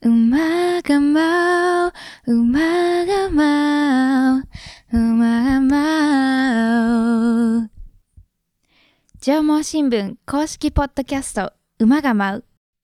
馬が舞う、馬が舞う、馬が舞う。上毛新聞公式ポッドキャスト、馬が舞う。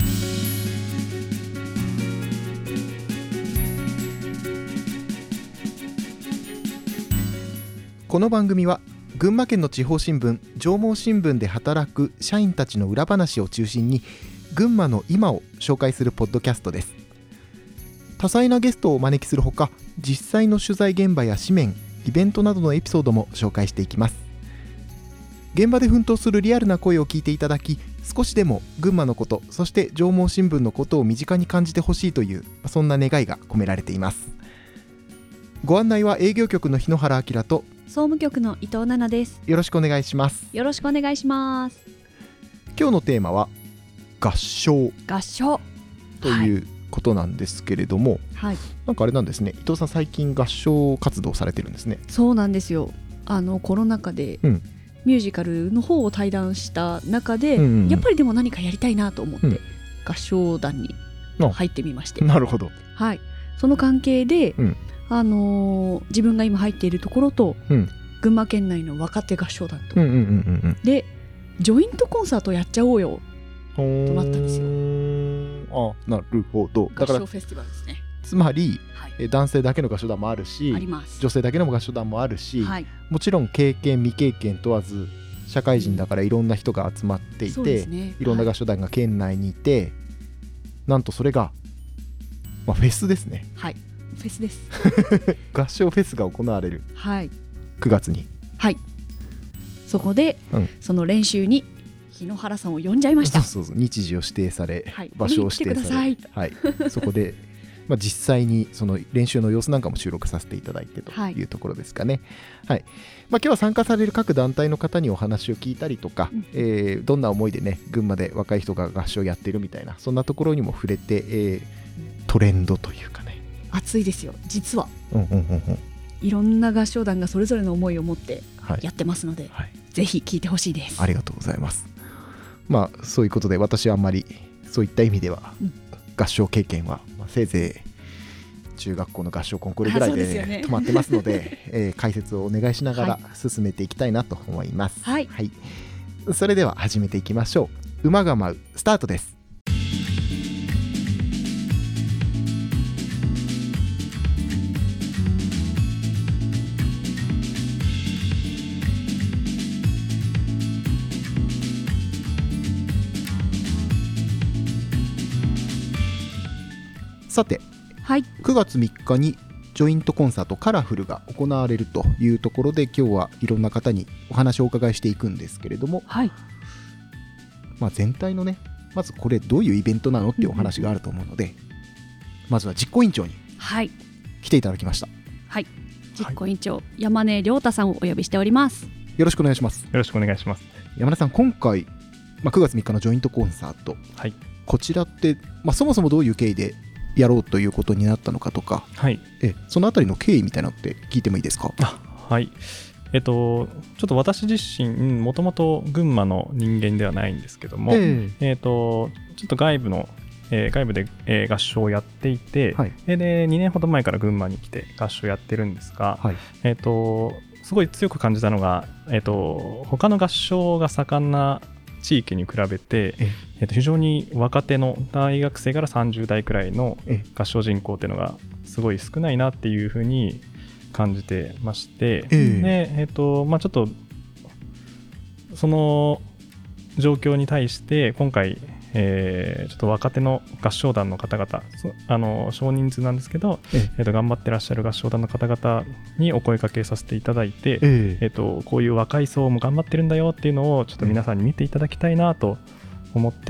この番組は群馬県の地方新聞上毛新聞で働く社員たちの裏話を中心に群馬の今を紹介するポッドキャストです。多彩なゲストをお招きするほか、実際の取材現場や紙面、イベントなどのエピソードも紹介していきます。現場で奮闘するリアルな声を聞いていただき、少しでも群馬のこと、そして上毛新聞のことを身近に感じてほしいという、そんな願いが込められています。ご案内は営業局の日野原明と総務局の伊藤奈々です。 よろしくお願いします。 よろしくお願いします。 今日のテーマは合唱ということなんですけれども、 はい、 なんかあれなんですね、伊藤さん最近合唱活動されてるんですね。 そうなんですよ。コロナ禍で、ミュージカルの方を対談した中で、やっぱりでも何かやりたいなと思って、合唱団に入ってみまして。なるほど。 はい、その関係で、自分が今入っているところと、群馬県内の若手合唱団と、でジョイントコンサートやっちゃおうよとなったんですよ。 なるほど。 合唱フェスティバルですね。 つまり、男性だけの合唱団もあるし、女性だけの合唱団もあるし、もちろん経験未経験問わず社会人だからいろんな人が集まっていて、いろんな合唱団が県内にいて、なんとそれが、フェスですね。 はい、フェスです合唱フェスが行われる、 9 月に、 そこで、その練習に日野原さんを呼んじゃいました。 そう日時を指定され、場所を指定され、そこで実際にその練習の様子なんかも収録させていただいてというところですかね。今日は参加される各団体の方にお話を聞いたりとか、どんな思いでね、群馬で若い人が合唱をやっているみたいな、そんなところにも触れて、トレンドというかね、 熱いですよ実は。いろんな合唱団がそれぞれの思いを持ってやってますので、ぜひ聞いてほしいです。 ありがとうございます。そういうことで、私はあんまりそういった意味では、合唱経験は、せいぜい中学校の合唱コンクールぐらいで止まってますので、解説をお願いしながら進めていきたいなと思います。それでは始めていきましょう。馬が舞うスタートです。さて、9月3日にジョイントコンサートカラフルが行われるというところで、今日はいろんな方にお話をお伺いしていくんですけれども、全体のね、まずこれどういうイベントなのっていうお話があると思うので、まずは実行委員長に来ていただきました。 実行委員長、山根亮太さんをお呼びしております。 よろしくお願いします。 よろしくお願いします。 山根さん、今回、9月3日のジョイントコンサート、こちらって、そもそもどういう経緯でやろうということになったのかとか、そのあたりの経緯みたいなのって聞いてもいいですか？ ちょっと私自身もともと群馬の人間ではないんですけども、ちょっと外部で、合唱をやっていて、で2年ほど前から群馬に来て合唱やってるんですが、すごい強く感じたのが、他の合唱が盛んな地域に比べて、非常に若手の大学生から30代くらいの合唱人口っていうのがすごい少ないなっていうふうに感じてまして、で、ちょっとその状況に対して今回、ちょっと若手の合唱団の方々、少人数なんですけど、頑張ってらっしゃる合唱団の方々にお声掛けさせていただいて、こういう若い層も頑張ってるんだよっていうのをちょっと皆さんに見ていただきたいなと思って、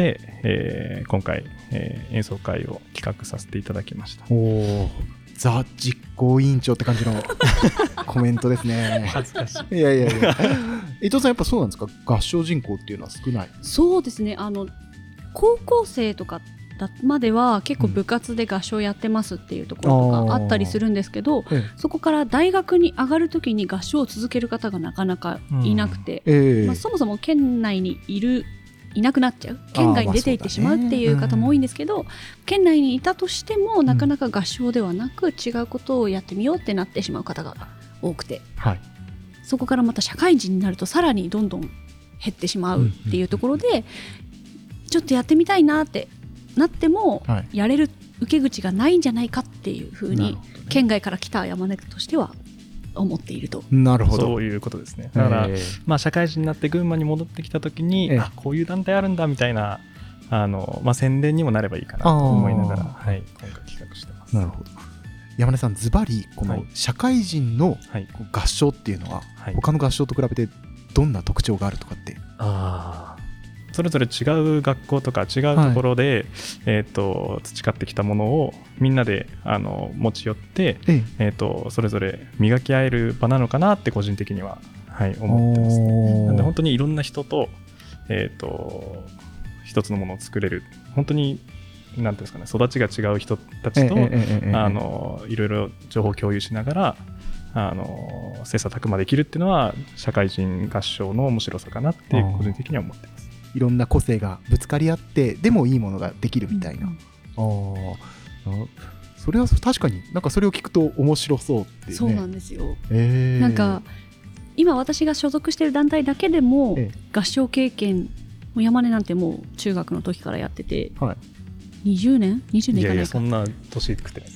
今回、演奏会を企画させていただきました。 ザ実行委員長って感じのコメントですね。 恥ずかしい。 いや伊藤さん、やっぱそうなんですか？合唱人口っていうのは少ない？ そうですね、高校生とかまでは結構部活で合唱やってますっていうところとかあったりするんですけど、そこから大学に上がるときに合唱を続ける方がなかなかいなくて、そもそも県内にいるいなくなっちゃう、県外に出ていってしまうっていう方も多いんですけど、県内にいたとしてもなかなか合唱ではなく違うことをやってみようってなってしまう方が多くて、そこからまた社会人になるとさらにどんどん減ってしまうっていうところで、ちょっとやってみたいなってなってもやれる受け口がないんじゃないかっていうふうに県外から来た山根としては思っていると。 なるほど、 そういうことですね。だから、社会人になって群馬に戻ってきた時に、こういう団体あるんだみたいな宣伝にもなればいいかなと思いながら、今回企画してます。 なるほど。山根さん、ズバリこの社会人の合唱っていうのは、他の合唱と比べてどんな特徴があるとかって。 それぞれ違う学校とか違うところで、培ってきたものをみんなで持ち寄って、それぞれ磨き合える場なのかなって個人的には、思ってますね。なので本当にいろんな人と、一つのものを作れる、本当になんていうんですかね、育ちが違う人たちといろいろ情報共有しながら切磋琢磨できるっていうのは社会人合唱の面白さかなって個人的には思ってます。 いろんな個性がぶつかり合ってでもいいものができるみたいな、それは確かになんかそれを聞くと面白そうっていうね。 そうなんですよ、なんか今私が所属している団体だけでも合唱経験、山根なんてもう中学の時からやってて、20年いかないか。 いやそんな年食って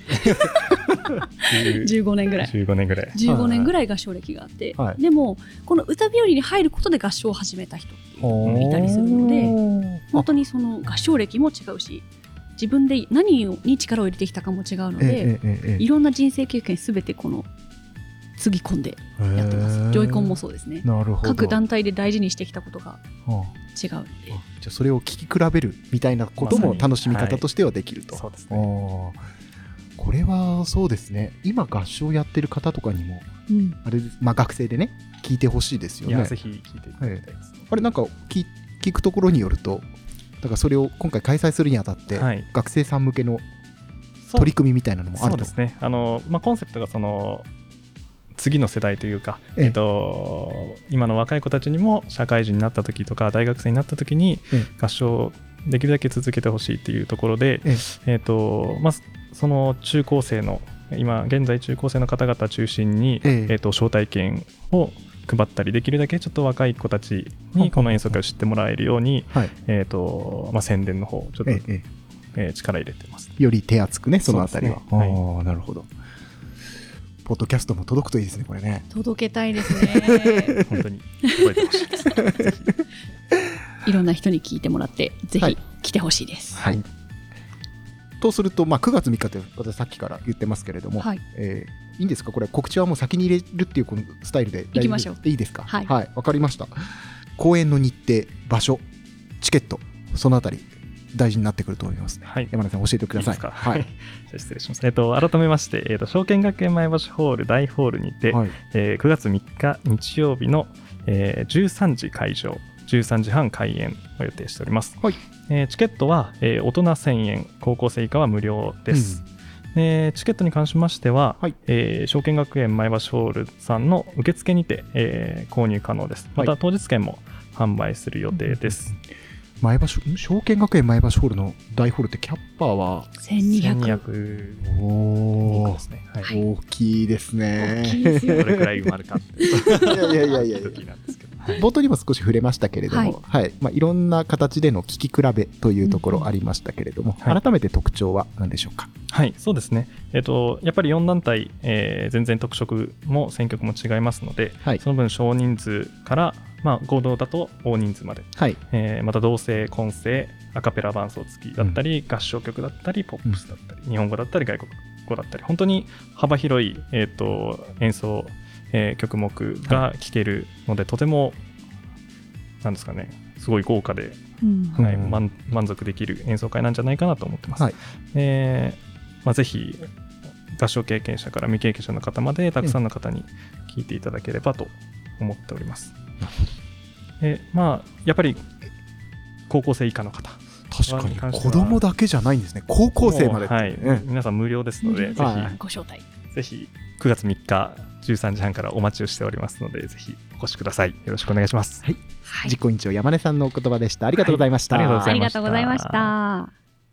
15年ぐらい15年ぐらい合唱歴があって、でもこの歌日和に入ることで合唱を始めた人っていたりするので、本当にその合唱歴も違うし、自分で何に力を入れてきたかも違うので、いろんな人生経験すべてこのつぎ込んでやってます。ジョイコンもそうですね。各団体で大事にしてきたことが違うので、 じゃあそれを聴き比べるみたいなことも楽しみ方としてはできると。 そうですね。 これはそうですね、今合唱やってる方とかにも、あれです、学生でね聞いてほしいですよね。 いやぜひ聞いていただきたいです。 あれなんか聞くところによると、だからそれを今回開催するにあたって、学生さん向けの取り組みみたいなのもあると。 そうですね。コンセプトがその次の世代というか、今の若い子たちにも社会人になった時とか大学生になった時に合唱をできるだけ続けてほしいっていうところで、その中高生の今現在中高生の方々中心に、招待券を配ったり、できるだけちょっと若い子たちにこの演奏会を知ってもらえるように、宣伝の方ちょっと、力入れてます。 より手厚くね、そのあたりは。なるほど。ポッドキャストも届くといいですね、これね。 届けたいですね。 本当に覚えてほしいです。 いろんな人に聞いてもらってぜひ来てほしいです。 とすると、9月3日って私さっきから言ってますけれども、いいんですか、これ告知はもう先に入れるっていうこのスタイルでいきましょう。 いいですか。わかりました。公演の日程、場所、チケット、そのあたり大事になってくると思いますね。山根さん教えてください。 いいですか。じゃあ失礼します。改めまして、証券学園前橋ホール大ホールにて、9月3日日曜日の、13時会場、13時半開演を予定しております。チケットは、大人1000円、高校生以下は無料です。チケットに関しましては、証券学園前橋ホールさんの受付にて、購入可能です。また当日券も販売する予定です。 証券学園前橋ホールの大ホールってキャッパーは 1200。 大きいですね。 どれくらい埋まるかっていや時なんですけど、 冒頭にも少し触れましたけれども、いろんな形での聴き比べというところありましたけれども、改めて特徴は何でしょうか。 そうですね。やっぱり4団体、全然特色も選曲も違いますので、その分少人数から合同だと大人数まで、また同声混声アカペラ伴奏付きだったり、合唱曲だったりポップスだったり、日本語だったり外国語だったり、本当に幅広い、演奏、曲目が聴けるので、とてもなんですかね、すごい豪華で、満足できる演奏会なんじゃないかなと思ってます。ぜひ合唱経験者から未経験者の方までたくさんの方に聴いていただければと思っております。やっぱり高校生以下の方、 確かに子供だけじゃないんですね。高校生までって、 皆さん無料ですので、ぜひご招待、 ぜひ9月3日 13時半からお待ちをしておりますので、ぜひお越しください。よろしくお願いします。 はい、実行委員長山根さんのお言葉でした。ありがとうございました。 ありがとうございました。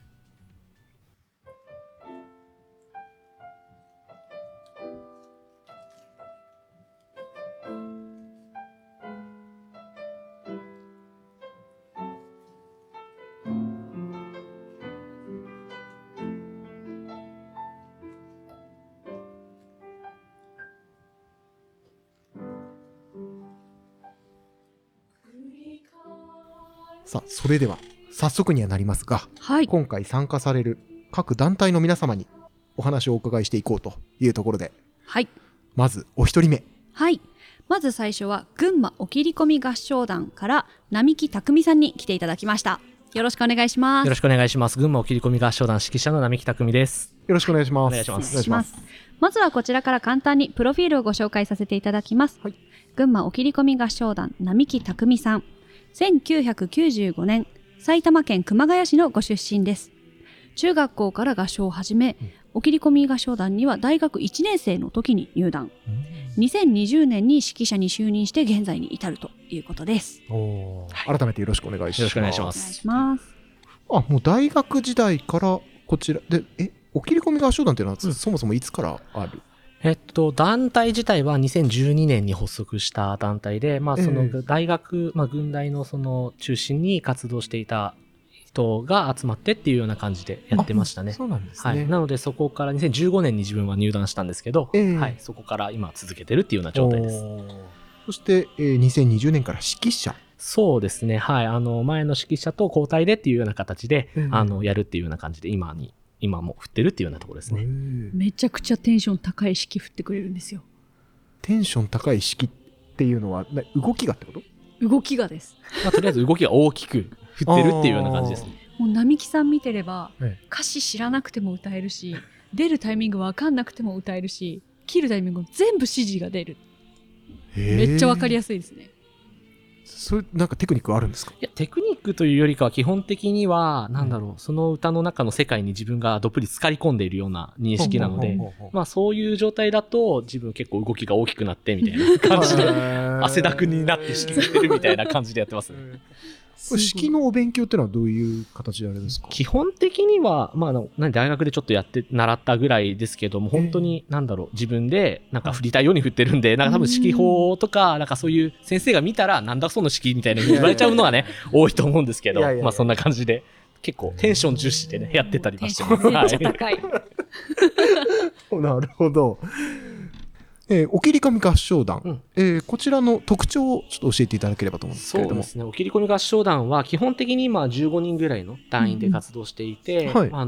さあ、それでは早速にはなりますが、はい、今回参加される各団体の皆様にお話をお伺いしていこうというところで、 はい、 まずお一人目。 はい、まず最初は群馬おきりこみ合唱団から並木匠さんに来ていただきました。よろしくお願いします。 よろしくお願いします。群馬おきりこみ合唱団指揮者の並木匠です。 よろしくお願いします。 お願いします。お願いします。 まずはこちらから簡単にプロフィールをご紹介させていただきます。はい、群馬おきりこみ合唱団並木匠さん、1995年埼玉県熊谷市のご出身です。中学校から合唱を始め、おきりこみ合唱団には大学1年生の時に入団。2020年に指揮者に就任して現在に至るということです。 改めてよろしくお願いします。 よろしくお願いします。もう大学時代からこちらで、おきりこみ合唱団っていうのはそもそもいつからある？ 団体自体は2012年に発足した団体で、その大学、軍大のその中心に活動していた人が集まってっていうような感じでやってましたね。 そうなんですね。 はい。なのでそこから2015年に自分は入団したんですけど、はい、そこから今続けてるっていうような状態です。 そして、2020年から指揮者。 そうですね。はい。前の指揮者と交代でっていうような形で、やるっていうような感じで今も振ってるっていうようなところですね。 めちゃくちゃテンション高い指揮振ってくれるんですよ。 テンション高い指揮っていうのは動きがってこと？ 動きがです。 とりあえず動きが大きく振ってるっていうような感じですね。 もう並木さん見てれば、歌詞知らなくても歌えるし、出るタイミング分かんなくても歌えるし、切るタイミングも全部指示が出る。めっちゃ分かりやすいですね。 それなんかテクニックあるんですか？ いや、テクニックというよりかは基本的にはその歌の中の世界に自分がどっぷり浸かり込んでいるような認識なので、そういう状態だと自分結構動きが大きくなってみたいな感じで汗だくになって指揮してるみたいな感じでやってますね。 指揮のお勉強ってのはどういう形であれですか？ 基本的には、大学でちょっと習ったぐらいですけども、本当に自分で振りたいように振ってるんで、多分指揮法とか、そういう先生が見たら、なんだその指揮みたいな言われちゃうのはね、多いと思うんですけど、そんな感じで、結構テンション重視でね、やってたりもしてます。 めっちゃ高い。 なるほど。おきりこみ合唱団、こちらの特徴をちょっと教えていただければと思うんですけれども。 そうですね。おきりこみ合唱団は基本的に今15人ぐらいの団員で活動していて、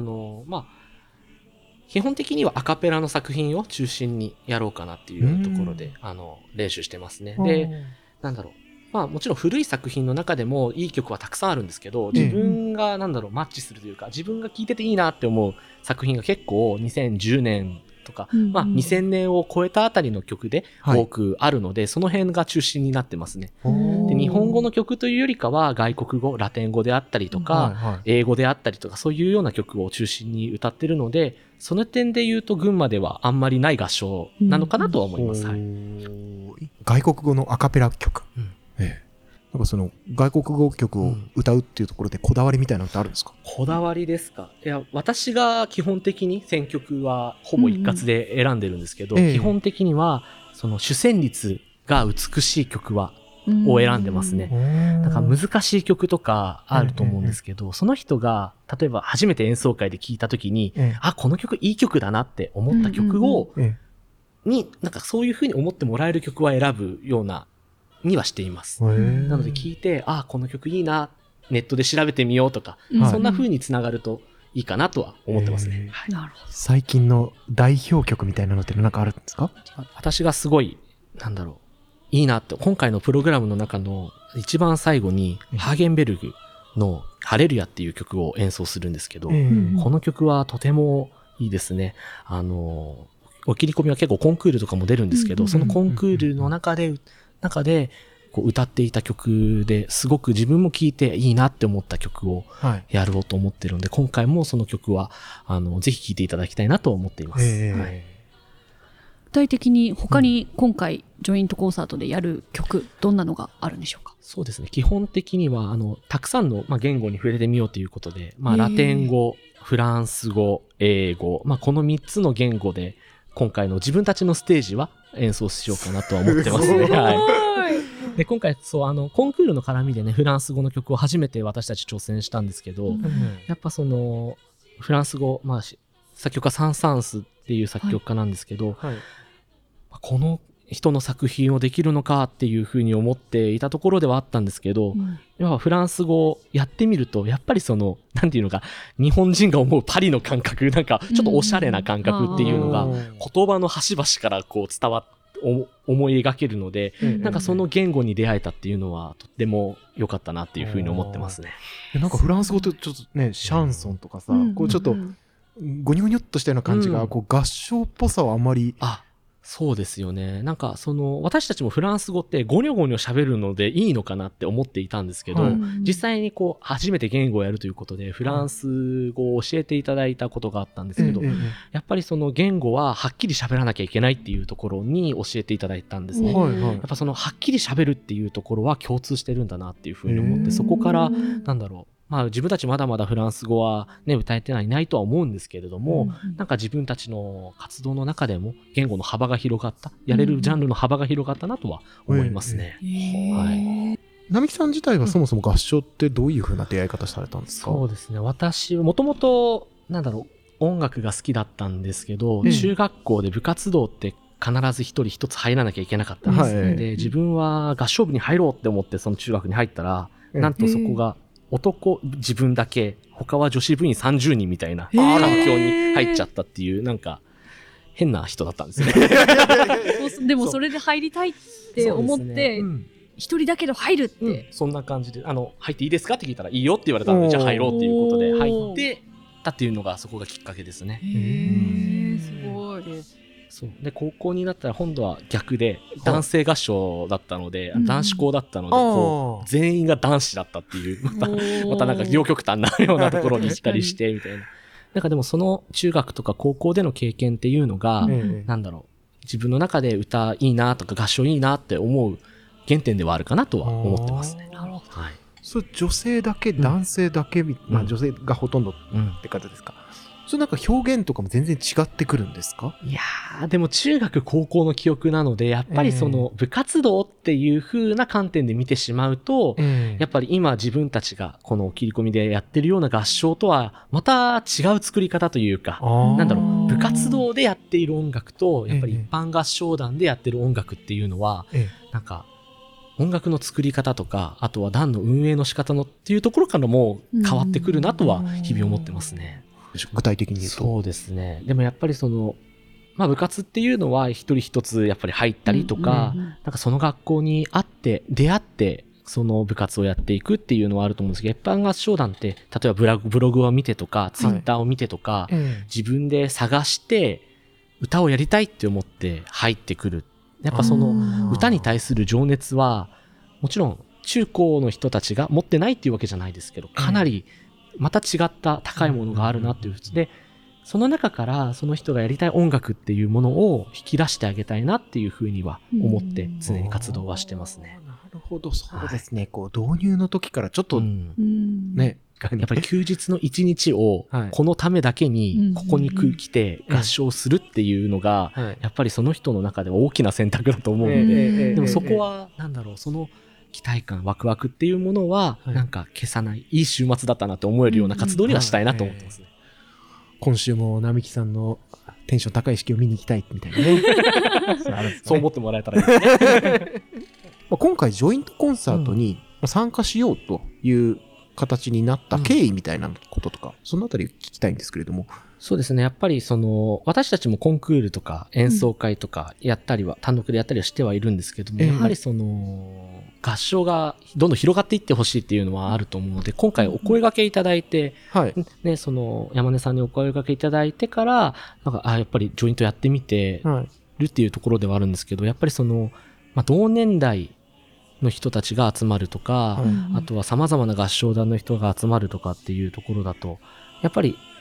基本的にはアカペラの作品を中心にやろうかなっていうところで練習してますね。で、もちろん古い作品の中でもいい曲はたくさんあるんですけど、自分がマッチするというか、自分が聴いてていいなって思う作品が結構2010年とか、2000年を超えたあたりの曲で多くあるので、その辺が中心になってますね。で、日本語の曲というよりかは外国語、ラテン語であったりとか、英語であったりとか、そういうような曲を中心に歌ってるので、その点で言うと群馬ではあんまりない合唱なのかなとは思います。 外国語のアカペラ曲。その外国語曲を歌うっていうところでこだわりみたいなのってあるんですか？ こだわりですか？いや、私が基本的に選曲はほぼ一括で選んでるんですけど、基本的にはその主旋律が美しい曲を選んでますね。難しい曲とかあると思うんですけど、その人が例えば初めて演奏会で聴いた時に、この曲いい曲だなって思った曲を、そういう風に思ってもらえる曲は選ぶようなにはしています。なので聞いて、この曲いいな、ネットで調べてみようとか、そんな風につながるといいかなとは思ってますね。 なるほど。 最近の代表曲みたいなのって何かあるんですか？ 私がすごい、いいなって、今回のプログラムの中の一番最後に、ハーゲンベルグのハレルヤっていう曲を演奏するんですけど、この曲はとてもいいですね。おきりこみは結構コンクールとかも出るんですけど、そのコンクールの中でこう歌っていた曲ですごく自分も聴いていいなって思った曲をやろうと思ってるので、今回もその曲はぜひ聴いていただきたいなと思っています。 体的に他に今回ジョイントコンサートでやる曲、どんなのがあるんでしょうか？ そうですね。基本的には、たくさんの、言語に触れてみようということで、ラテン語、フランス語、英語、この3つの言語で、今回の自分たちのステージは演奏しようかなとは思ってますね。はい。で、今回、コンクールの絡みでね、フランス語の曲を初めて私たち挑戦したんですけど、やっぱフランス語、作曲家サン・サンスっていう作曲家なんですけど、この人の作品をできるのかっていうふうに思っていたところではあったんですけど、やっぱフランス語をやってみると、やっぱりなんていうのか、日本人が思うパリの感覚、なんかちょっとおしゃれな感覚っていうのが、言葉の端々からこう伝わって、思い描けるので、なんかその言語に出会えたっていうのはとっても良かったなっていうふうに思ってますね。 なんかフランス語ってちょっとね、シャンソンとかさ、こうちょっとゴニョゴニョっとしたような感じが、こう合唱っぽさはあまり。 そうですよね。なんか私たちもフランス語ってゴニョゴニョ喋るのでいいのかなって思っていたんですけど、実際にこう初めて言語をやるということでフランス語を教えていただいたことがあったんですけど、やっぱり言語ははっきり喋らなきゃいけないっていうところに教えていただいたんですね。やっぱはっきり喋るっていうところは共通してるんだなっていうふうに思って、そこからなんだろう、自分たちまだまだフランス語はね、歌えてないとは思うんですけれども、なんか自分たちの活動の中でも言語の幅が広がった、やれるジャンルの幅が広がったなとは思いますね。 並木さん自体はそもそも合唱ってどういう風な出会い方されたんですか？ そうですね。私はもともと、音楽が好きだったんですけど、中学校で部活動って必ず一人一つ入らなきゃいけなかったんですね。で、自分は合唱部に入ろうって思ってその中学に入ったら、なんとそこが男自分だけ、他は女子部員30人みたいな環境に入っちゃったっていう、なんか変な人だったんですね。 でもそれで入りたいって思って、一人だけど入るって、 そんな感じで、入っていいですかって聞いたらいいよって言われたので、じゃあ入ろうっていうことで入ってたっていうのがそこがきっかけですね。 すごい。 そうで、高校になったら今度は逆で男性合唱だったので、男子校だったので、こう全員が男子だったっていう、またなんか両極端なようなところに行ったりしてみたいな。なんかでもその中学とか高校での経験っていうのが、自分の中で歌いいなとか合唱いいなって思う原点ではあるかなとは思ってますね。 なるほど。 それ女性だけ、男性だけ、女性がほとんどって方ですか？それなんか表現とかも全然違ってくるんですか？ いやー、でも中学高校の記憶なので、やっぱり部活動っていう風な観点で見てしまうと、やっぱり今自分たちがこの切り込みでやってるような合唱とはまた違う作り方というか、部活動でやっている音楽と、やっぱり一般合唱団でやってる音楽っていうのは、なんか音楽の作り方とか、あとは団の運営の仕方のっていうところからも変わってくるなとは日々思ってますね。 具体的に言うと。 そうですね。でもやっぱり部活っていうのは一人一つやっぱり入ったりとか、なんかその学校に出会って、その部活をやっていくっていうのはあると思うんですけど、一般合唱団って、例えばブログを見てとか、ツイッターを見てとか、自分で探して、歌をやりたいって思って入ってくる。やっぱ歌に対する情熱は、もちろん中高の人たちが持ってないっていうわけじゃないですけど、かなりまた違った高いものがあるなっていう。で、その中からその人がやりたい音楽っていうものを引き出してあげたいなっていうふうには思って常に活動はしてますね。 なるほど、そうですね。こう導入の時からちょっとね、 やっぱり休日の一日をこのためだけにここに来て合唱するっていうのが、やっぱりその人の中では大きな選択だと思うので、でもそこはその期待感、ワクワクっていうものはなんか消さない、いい週末だったなって思えるような活動にはしたいなと思ってますね。 今週も並木さんのテンション高い式を見に行きたいみたいなね。 そう思ってもらえたらいいですね。 今回ジョイントコンサートに参加しようという形になった経緯みたいなこととか、そのあたり聞きたいんですけれども。 そうですね。やっぱり私たちもコンクールとか演奏会とかやったりは、単独でやったりはしてはいるんですけども、やはり合唱がどんどん広がっていってほしいっていうのはあると思うので、今回お声掛けいただいて、ね、山根さんにお声掛けいただいてから、なんか、やっぱりジョイントやってみてるっていうところではあるんですけど、やっぱり同年代の人たちが集まるとか、あとは様々な合唱団の人が集まるとかっていうところだと、やっぱり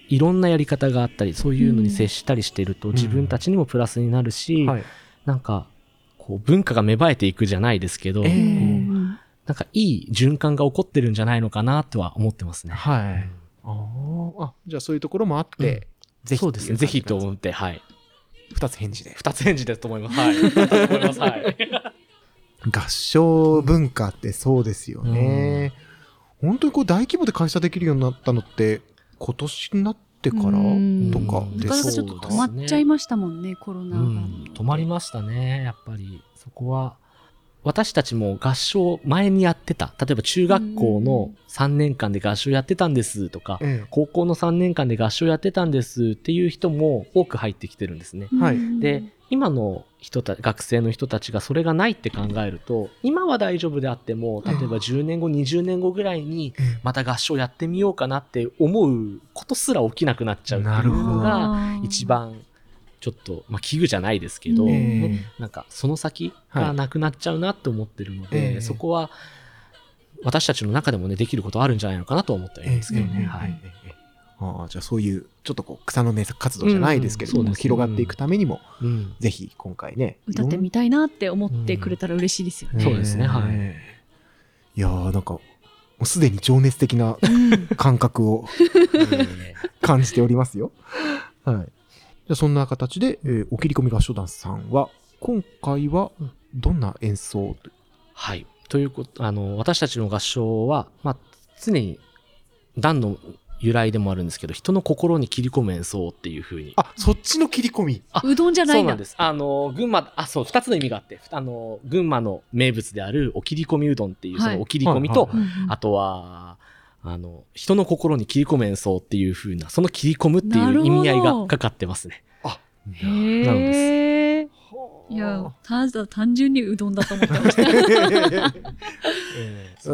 いろんなやり方があったりそういうのに接したりしてると自分たちにもプラスになるし、なんかこう文化が芽生えていくじゃないですけど、なんかいい循環が起こってるんじゃないのかなとは思ってますね。 はい。じゃあそういうところもあって、ぜひそうですね。ぜひと思って、はい。 二つ返事で。 二つ返事だと思います。はい。だと思います。はい。 合唱文化ってそうですよね。本当にこう大規模で開催できるようになったのって今年になってからとかです。なかなかちょっと止まっちゃいましたもんね、コロナが。 止まりましたね、やっぱり。そこは。私たちも合唱前にやってた。例えば中学校の3年間で合唱やってたんですとか、高校の3年間で合唱やってたんですっていう人も多く入ってきてるんですね。で、今の学生の人たちがそれがないって考えると、今は大丈夫であっても、例えば10年後、20年後ぐらいにまた合唱やってみようかなって思うことすら起きなくなっちゃうっていうのが一番ちょっと、危惧じゃないですけど、なんかその先がなくなっちゃうなって思ってるので、そこは私たちの中でもね、できることあるんじゃないのかなと思ってはいるんですけどね。 じゃあそういうちょっとこう草の根活動じゃないですけども、広がっていくためにも、ぜひ今回ね歌ってみたいなって思ってくれたら嬉しいですよね。 そうですね。はい。 いやーなんかもうすでに情熱的な感覚を感じておりますよ。はい。じゃあそんな形で、お切り込み合唱団さんは今回はどんな演奏？ はい。ということ私たちの合唱は、常に段の由来でもあるんですけど、人の心に切り込む演奏っていう風に。 そっちの切り込み。 うどんじゃないんだ。 そうなんです。群馬、そう、2つの意味があって、群馬の名物であるお切り込みうどんっていう、そのお切り込みと、あとは、人の心に切り込む演奏っていう風な、その切り込むっていう意味合いがかかってますね。 へー。いや、単純にうどんだと思ってました。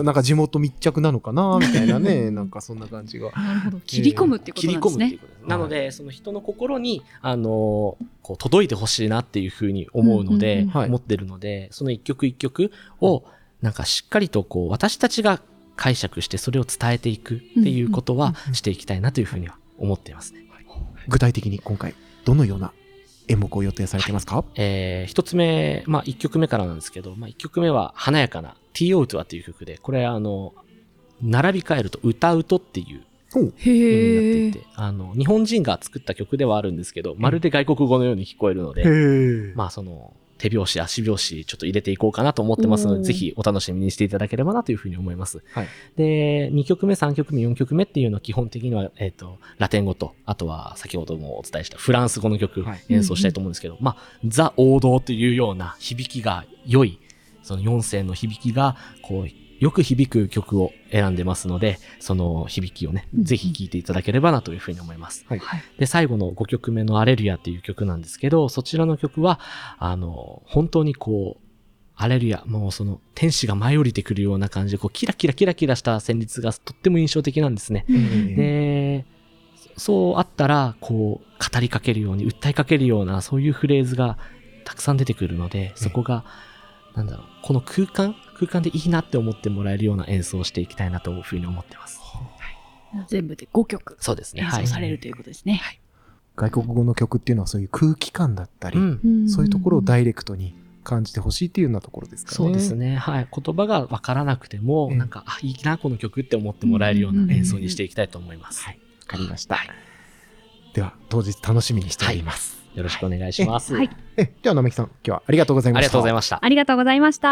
なんか地元密着なのかなみたいなね、なんかそんな感じが。 なるほど。切り込むってことなんですね。 なので、その人の心に、こう届いてほしいなっていうふうに思うので、思ってるので、その一曲一曲を、なんかしっかりとこう、私たちが解釈してそれを伝えていくっていうことはしていきたいなというふうには思っていますね。 具体的に今回、どのような演目を予定されてますか？ 一つ目、一曲目からなんですけど、一曲目は華やかな T オウトワっていう曲で、これ並び替えると歌うとっていう意味になっていて、日本人が作った曲ではあるんですけど、まるで外国語のように聞こえるので、その手拍子、足拍子ちょっと入れていこうかなと思ってますので、ぜひお楽しみにしていただければなというふうに思います。で、2曲目、3曲目、4曲目っていうのは基本的には、ラテン語と、あとは先ほどもお伝えしたフランス語の曲演奏したいと思うんですけど、ザ王道というような響きが良い、その4声の響きが、こう、よく響く曲を選んでますので、その響きをね、ぜひ聴いていただければなというふうに思います。で、最後の5曲目のアレルヤっていう曲なんですけど、そちらの曲は、本当にこう、アレルヤ、もうその天使が舞い降りてくるような感じで、こう、キラキラキラキラした旋律がとっても印象的なんですね。で、そうあったら、こう、語りかけるように、訴えかけるような、そういうフレーズがたくさん出てくるので、そこが、この空間でいいなって思ってもらえるような演奏をしていきたいなというふうに思ってます。 全部で5曲そうですね。 演奏されるということですね。 外国語の曲っていうのはそういう空気感だったり、そういうところをダイレクトに感じてほしいっていうようなところですかね。 そうですね。はい。言葉がわからなくても、なんか、いいな、この曲って思ってもらえるような演奏にしていきたいと思います。 はい。わかりました。では、当日楽しみにしております。 よろしくお願いします。 では、なめきさん、今日はありがとうございました。 ありがとうございました。 ありがとうございました。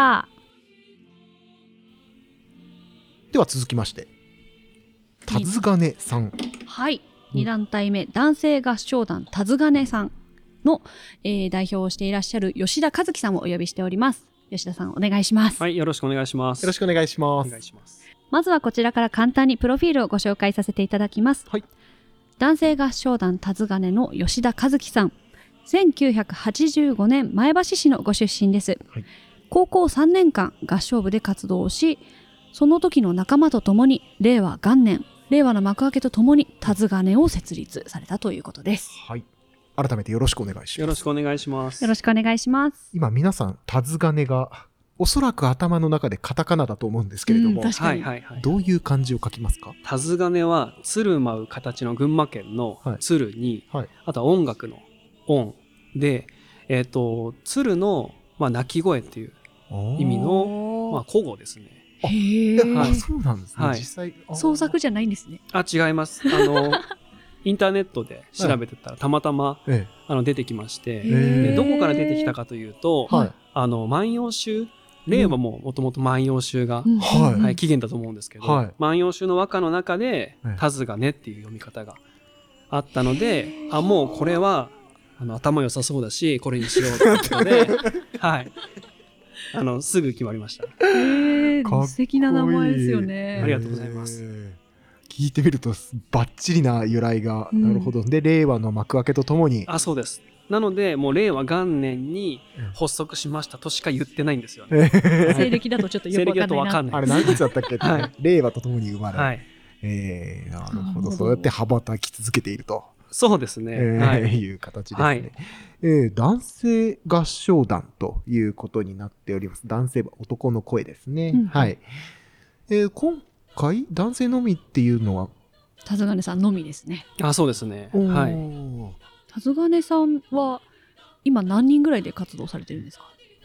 では続きまして、たずがねさん。 はい。2団体目、男性合唱団たずがねさんの、代表をしていらっしゃる吉田和樹さんをお呼びしております。吉田さん、お願いします。 はい、よろしくお願いします。 よろしくお願いします。 お願いします。 まずはこちらから簡単にプロフィールをご紹介させていただきます。 はい。 男性合唱団たずがねの吉田和樹さん。1985年前橋市のご出身です。 はい、 高校3年間合唱部で活動し、その時の仲間と共に令和元年、令和の幕開けと共にたずがねを設立されたということです。 はい。改めてよろしくお願いします。 よろしくお願いします。 よろしくお願いします。 今皆さんたずがねがおそらく頭の中でカタカナだと思うんですけれども、 確かに、 どういう漢字を書きますか？ 手綱根は鶴舞う形の群馬県の鶴に、あとは音楽の音で、鶴の、鳴き声っていう意味の、古語ですね。 へえ、 そうなんですね。実際創作じゃないんですね。 違います。インターネットで調べてたらたまたま、出てきまして、でどこから出てきたかというと、万葉集、令和ももともと万葉集が、起源だと思うんですけど、万葉集の和歌の中で手綱根っていう読み方があったので、もうこれは頭良さそうだしこれにしようということですぐ決まりました。 素敵な名前ですよね。 ありがとうございます。 聞いてみるとバッチリな由来が、なるほど。で令和の幕開けとともに、 そうです。なのでもう令和元年に発足しましたとしか言ってないんですよね。 西暦だとちょっとよくわかんないな。 あれ何月だったっけ？令和とともに生まれ、なるほど。そうやって羽ばたき続けていると。 そうですね。 いう形ですね。男性合唱団ということになっております。男性は男の声ですね。今回男性のみっていうのは手綱根さんのみですね。 そうですね。 手綱根さんは今何人ぐらいで活動されてるんですか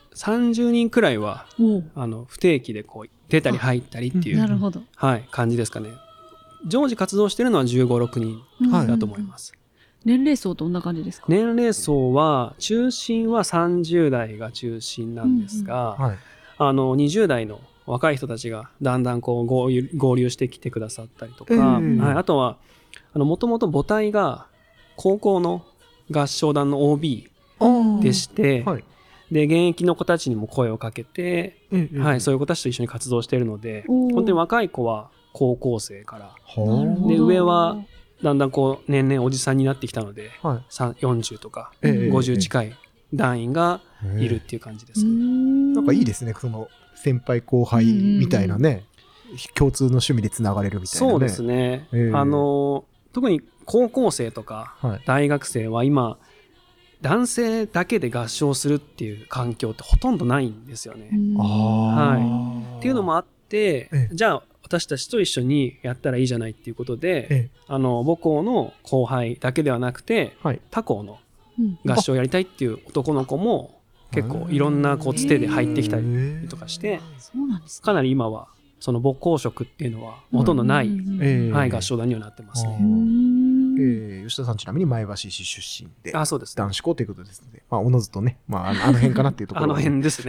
？30人くらいは不定期でこう出たり入ったりっていう、感じですかね。常時活動してるのは15、6人だと思います。 年齢層どんな感じですか？ 年齢層は中心は30代が中心なんですが、20代の若い人たちがだんだんこう合流してきてくださったりとか、あとはもともと母体が高校の合唱団の OB でして、で現役の子たちにも声をかけて、そういう子たちと一緒に活動しているので、本当に若い子は高校生からで上はだんだんこう年々おじさんになってきたので、40とか50近い団員がいるっていう感じですね。 なんかいいですね、その先輩後輩みたいなね、共通の趣味でつながれるみたいなね。 そうですね。特に高校生とか大学生は今男性だけで合唱するっていう環境ってほとんどないんですよね。っていうのもあって、じゃあ私たちと一緒にやったらいいじゃないっていうことで、母校の後輩だけではなくて、他校の合唱をやりたいっていう男の子も結構いろんなこうつてで入ってきたりとかして、かなり今はその母校色っていうのはほとんどない、合唱団にはなってますね。 吉田さんちなみに前橋市出身で、 そうですね、 男子校ということですので、おのずとね、あの辺かなっていうところ。 あの辺ですね。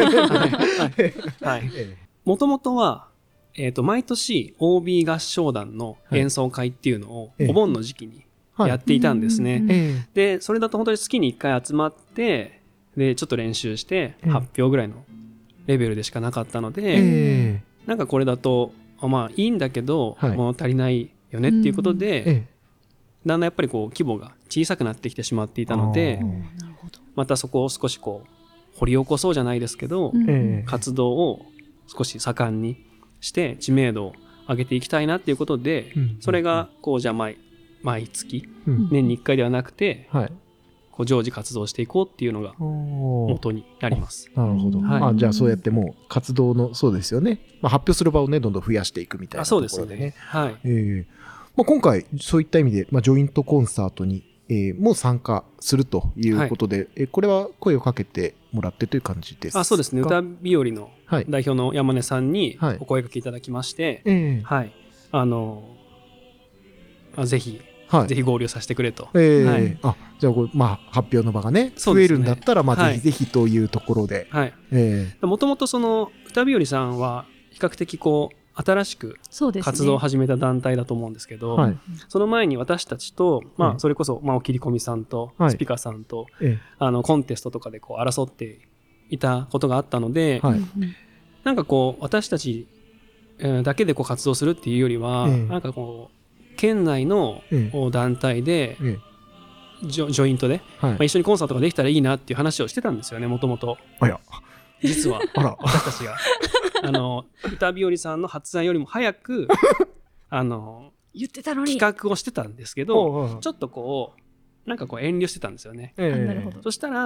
もともとは毎年 OB 合唱団の演奏会っていうのをお盆の時期にやっていたんですね。でそれだと本当に月に1回集まってでちょっと練習して発表ぐらいのレベルでしかなかったので、なんかこれだといいんだけど物足りないよねっていうことで、だんだんやっぱりこう規模が小さくなってきてしまっていたので、またそこを少しこう掘り起こそうじゃないですけど、活動を少し盛んにして知名度を上げていきたいなっていうことで、それがこうじゃあ毎月、年に1回ではなくて、こう常時活動していこうっていうのが元になります。 なるほど。じゃあそうやってもう活動のそうですよね。発表する場をねどんどん増やしていくみたいなところでね。 そうですね。 今回そういった意味でジョイントコンサートにも参加するということで、これは声をかけてもらってという感じですか？ そうですね。歌日和の代表の山根さんにお声かけいただきまして、ぜひ合流させてくれと。 じゃあ発表の場がね増えるんだったらぜひぜひというところで。 もともとその歌日和さんは比較的こう新しく活動を始めた団体だと思うんですけど、その前に私たちと、それこそお切り込みさんとスピカさんと、コンテストとかでこう争っていたことがあったので、なんかこう私たちだけでこう活動するっていうよりは、なんかこう県内の団体で、ジョイントで、一緒にコンサートができたらいいなっていう話をしてたんですよね、もともと。実は私たちが歌日和さんの発案よりも早く言ってたのに企画をしてたんですけど、ちょっとこうなんかこう遠慮してたんですよね。 なるほど。 そしたら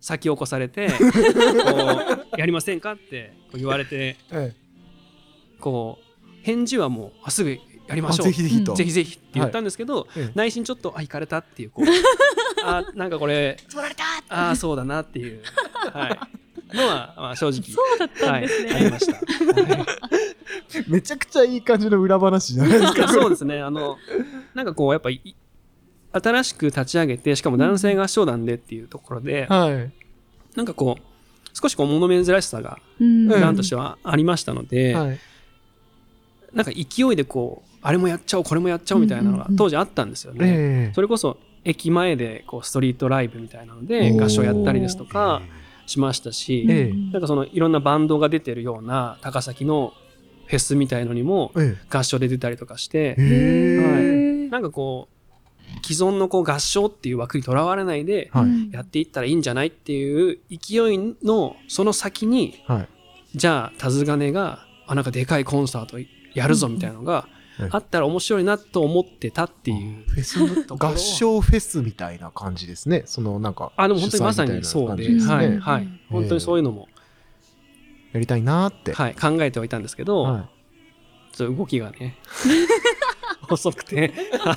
先を越されてこうやりませんかってこう言われて、こう返事はもうすぐやりましょう、 ぜひぜひと、 ぜひぜひって言ったんですけど、内心ちょっと行かれたっていう、こうなんかこれ取られたそうだなっていう、のは、正直そうだったんですね、 ありました。 めちゃくちゃいい感じの裏話じゃないですか。 そうですね。なんかこうやっぱ新しく立ち上げて、しかも男性合唱団でっていうところで、なんかこう少しこう物珍しさが団としてはありましたので、なんか勢いでこうあれもやっちゃおうこれもやっちゃおうみたいなのが当時あったんですよね。それこそ駅前でこうストリートライブみたいなので合唱やったりですとかしましたし、なんかそのいろんなバンドが出てるような高崎のフェスみたいのにも合唱で出たりとかして、なんかこう既存のこう合唱っていう枠にとらわれないでやっていったらいいんじゃないっていう勢いのその先に、じゃあ田津金がなんかでかいコンサートやるぞみたいなのがあったら面白いなと思ってたっていうフェス合唱フェスみたいな感じですね。そのなんかでも本当にまさにそうで、本当にそういうのもやりたいなって考えてはいたんですけど、ちょっと動きがね遅くて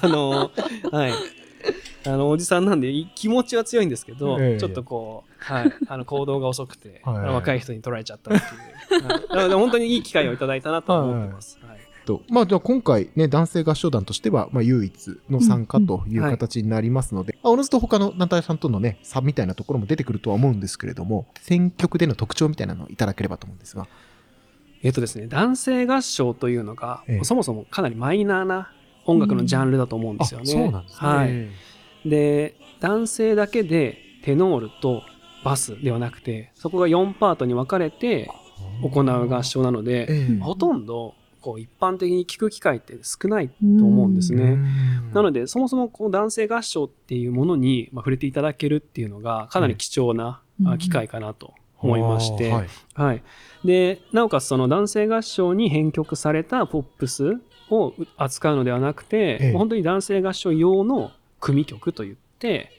おじさんなんで気持ちは強いんですけど、ちょっとこう、行動が遅くて、若い人に取られちゃったっていう、本当にいい機会をいただいたなと思ってます。 じゃあ今回ね、男性合唱団としては、唯一の参加という形になりますので、おのずと他の団体さんとのね、差みたいなところも出てくるとは思うんですけれども、選曲での特徴みたいなのをいただければと思うんですが。 ですね、男性合唱というのが、そもそもかなりマイナーな音楽のジャンルだと思うんですよね。 そうなんですね。 で、男性だけでテノールとバスではなくて、そこが4パートに分かれて行う合唱なので、ほとんどこう一般的に聴く機会って少ないと思うんですね。なのでそもそもこう男性合唱っていうものに触れていただけるっていうのがかなり貴重な機会かなと思いまして、でなおかつその男性合唱に編曲されたポップスを扱うのではなくて、本当に男性合唱用の組曲といって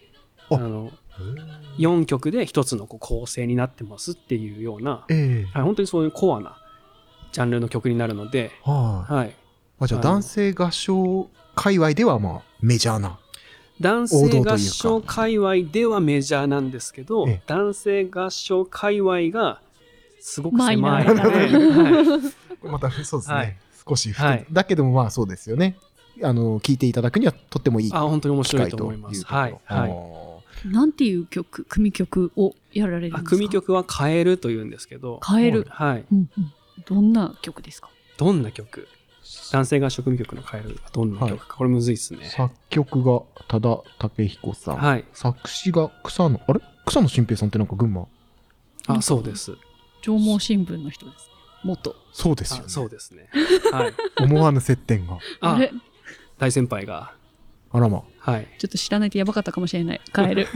4曲で1つの構成になってますっていうような、本当にそういうコアなジャンルの曲になるので、じゃあ男性合唱界隈ではメジャーな男性合唱界隈ではメジャーなんですけど、男性合唱界隈がすごく狭いので、 またそうですね、少しだけどもそうですよね。聞いていただくにはとってもいい本当に面白いと思います。 なんていう組曲をやられるんですか？ 組曲はカエルというんですけど。 カエル。どんな曲ですか？ どんな曲？男性合唱組曲のカエルがどんな曲か、これむずいですね。 作曲が多田武彦さん、作詞が草野新平さんってなんか群馬？ そうです。 上毛新聞の人ですね。元。 そうですよね。 そうですね。 思わぬ接点が。 大先輩が。 あらま。 ちょっと知らないとやばかったかもしれない。カエル。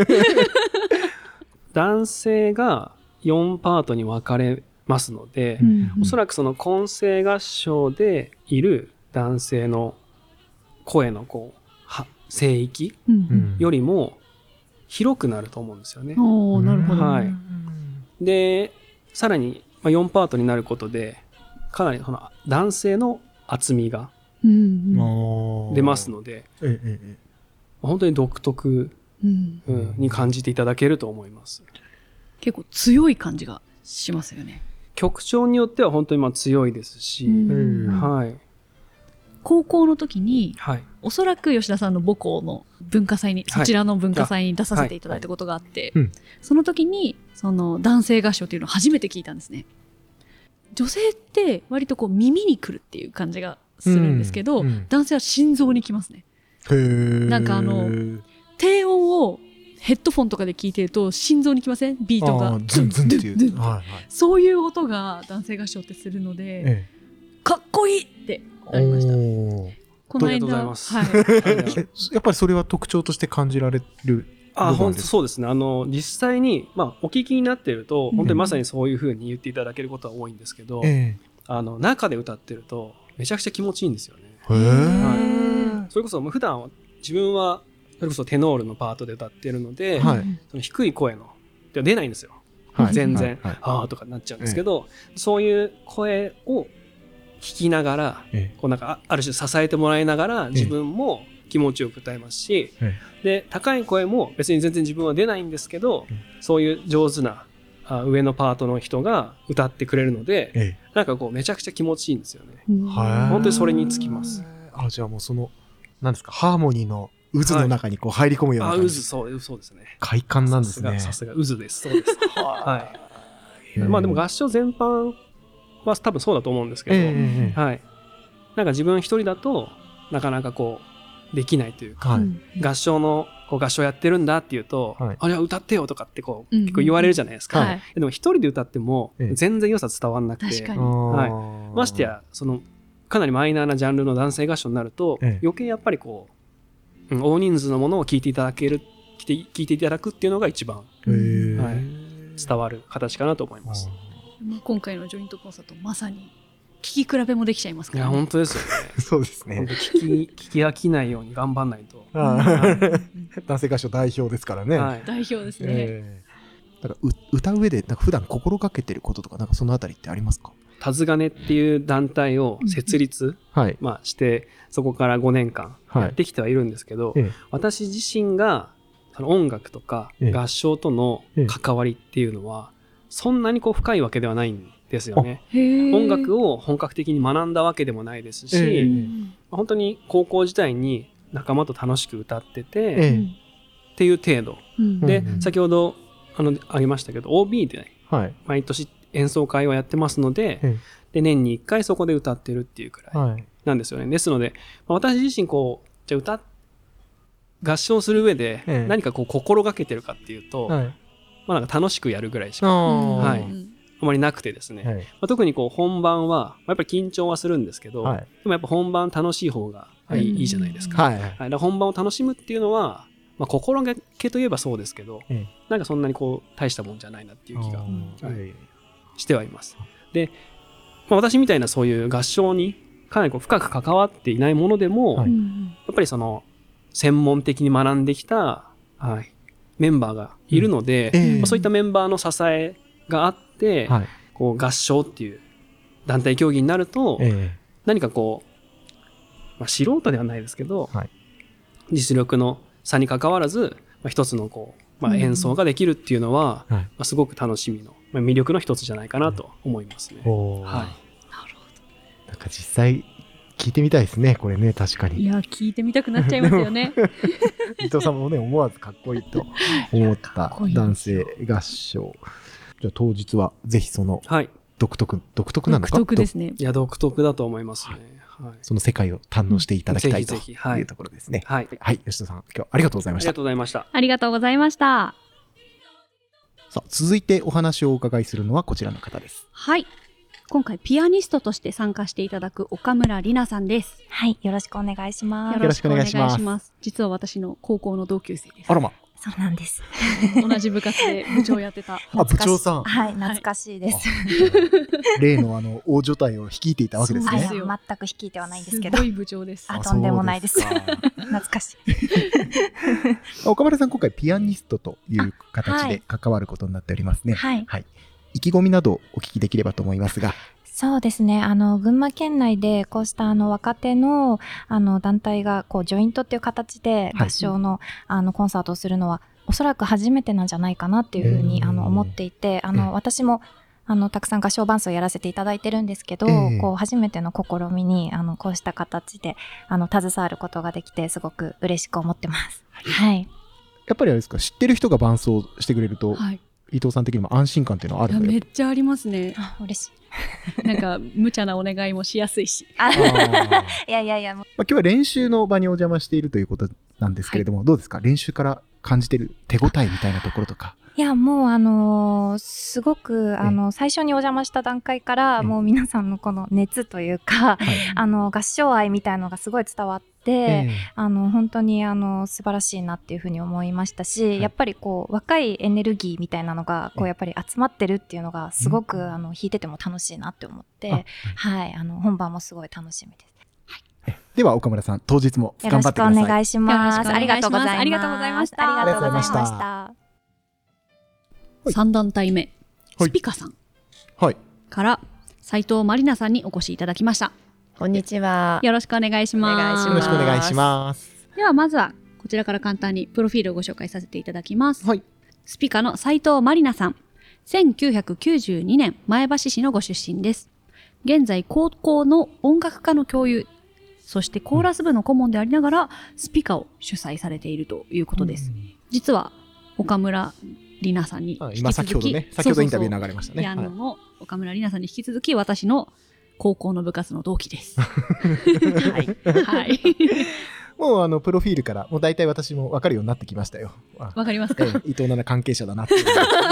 男性が4パートに分かれますので、おそらくその混声合唱でいる男性の声の声域よりも広くなると思うんですよね。 なるほど。 でさらに4パートになることでかなりその男性の厚みが出ますので、本当に独特に感じていただけると思います。 結構強い感じがしますよね。 曲調によっては本当に強いですし、 高校の時に、おそらく吉田さんの母校の文化祭に、そちらの文化祭に出させていただいたことがあって、その時にその男性合唱っていうのを初めて聞いたんですね。女性って割と耳にくるっていう感じがするんですけど、男性は心臓にきますね。なんか低音をヘッドフォンとかで聞いてると心臓にきません？ビートがズンズンっていう、 そういう音が男性合唱ってするので、かっこいいってなりました。この間、 ありがとうございます。 やっぱりそれは特徴として感じられる。 本当そうですね。実際にお聞きになっていると本当にまさにそういう風に言っていただけることは多いんですけど、中で歌ってるとめちゃくちゃ気持ちいいんですよね。それこそ普段自分はそれこそテノールのパートで歌ってるので、その低い声のでは出ないんですよ、はい、全然、はい、あーとかなっちゃうんですけど、そういう声を聞きながら、こうなんかある種支えてもらいながら自分も気持ちよく歌えますし、で高い声も別に全然自分は出ないんですけど、そういう上手な上のパートの人が歌ってくれるので、なんかこうめちゃくちゃ気持ちいいんですよね。本当にそれにつきます。 じゃあもうその何ですか、ハーモニーの渦の中にこう入り込むような感じ。 渦、そうですね。 快感なんですね。 さすが渦です。そうです。はい。まあでも合唱全般は多分そうだと思うんですけど、はい。なんか自分一人だとなかなかこうできないというか、合唱のこう合唱やってるんだっていうと、あれは歌ってよとかってこう結構言われるじゃないですか。でも一人で歌っても全然良さ伝わんなくて、はい。ましてやそのかなりマイナーなジャンルの男性合唱になると、余計やっぱりこう、大人数のものを聞いていただくっていうのが一番、はい、伝わる形かなと思います。 今回のジョイントコンサートまさに聞き比べもできちゃいますからね。 いや本当ですよね。 そうですね。 聞き飽きないように頑張んないと。 男性合唱代表ですからね。 代表ですね。 だから歌う上でなんか普段心がけてることとかなんかそのあたりってありますか？ タズガネっていう団体を設立、してそこから5年間やってきてはいるんですけど、私自身がその音楽とか合唱との関わりっていうのはそんなにこう深いわけではないんですよね。音楽を本格的に学んだわけでもないですし、本当に高校時代に仲間と楽しく歌ってて、っていう程度、で先ほどありましたけど OB で、毎年演奏会をやってますので、で年に1回そこで歌ってるっていうくらいなんですよね。ですので、私自身こうじゃあ合唱する上で何かこう心がけてるかっていうと、なんか楽しくやるぐらいしか、あまりなくてですね、特にこう本番はやっぱり緊張はするんですけど、でもやっぱ本番楽しい方がいいじゃないですか。だから本番を楽しむっていうのは、心がけといえばそうですけど、なんかそんなにこう大したもんじゃないなっていう気が、してはいます。で、私みたいなそういう合唱にかなりこう深く関わっていないものでも、やっぱりその専門的に学んできた、メンバーがいるので、そういったメンバーの支えがあって、こう合唱っていう団体競技になると、何かこう、素人ではないですけど、実力の差に関わらず、一つのこう、演奏ができるっていうのは、すごく楽しみの魅力の一つじゃないかなと思いますね。なるほど。 なんか実際聞いてみたいですね、これね。確かに。 いや聞いてみたくなっちゃいますよね。 伊藤さんもね、思わずかっこいいと思った男性合唱。じゃあ当日はぜひその独特なのか。 独特ですね。 いや独特だと思いますね。 その世界を堪能していただきたいというところですね。はい、吉田さん、今日ありがとうございました。 ありがとうございました。 ありがとうございました。 さあ、続いてお話をお伺いするのはこちらの方です。 はい。今回ピアニストとして参加していただく岡村里奈さんです。 はい、よろしくお願いします。 よろしくお願いします。 実は私の高校の同級生です。 あらま。 そうなんです。 同じ部活で部長やってた。 部長さん。 はい、懐かしいです。 例の大所帯を率いていたわけですね。 全く率いてはないんですけど。 すごい部長です。 とんでもないです。懐かしい。 岡村さん、今回ピアニストという形で関わることになっておりますね。はい。意気込みなどお聞きできればと思いますが。 そうですね。群馬県内でこうした若手の団体がこうジョイントっていう形で合唱のコンサートをするのはおそらく初めてなんじゃないかなっていうふうに思っていて、私もたくさん合唱伴奏をやらせていただいてるんですけど、こう初めての試みにこうした形で携わることができてすごく嬉しく思ってます。はい。 やっぱりあれですか、知ってる人が伴奏してくれると、伊藤さん的にも安心感っていうのはあるので。 めっちゃありますね。 嬉しい。 なんか無茶なお願いもしやすいし。 いや。 今日は練習の場にお邪魔しているということなんですけれども、どうですか、練習から感じてる手応えみたいなところとか。 いや、もうすごく最初にお邪魔した段階からもう皆さんのこの熱というか、合唱愛みたいのがすごい伝わって、本当に素晴らしいなっていうふうに思いましたし、やっぱりこう若いエネルギーみたいなのがこうやっぱり集まってるっていうのがすごく弾いてても楽しいなって思って、本番もすごい楽しみです。 では岡村さん、当日も頑張ってください。 よろしくお願いします。 ありがとうございました。 ありがとうございました。 3団体目、 はい、 スピカさんはいから斉藤まりなさんにお越しいただきました。 こんにちは。 よろしくお願いします。 よろしくお願いします。 ではまずはこちらから簡単にプロフィールをご紹介させていただきます。 はい、 スピカの斉藤まりなさん、1992年前橋市のご出身です。現在高校の音楽科の教諭、そしてコーラス部の顧問でありながらスピカを主催されているということです。実は岡村里奈さんに引き続き、 今先ほどね、先ほどインタビュー流れましたね。 ピアノの岡村里奈さんに引き続き私の高校の部活の同期です。はい。はい。 もうプロフィールからもう大体私も分かるようになってきましたよ。 わかりますか？ 伊藤奈々関係者だなっていう。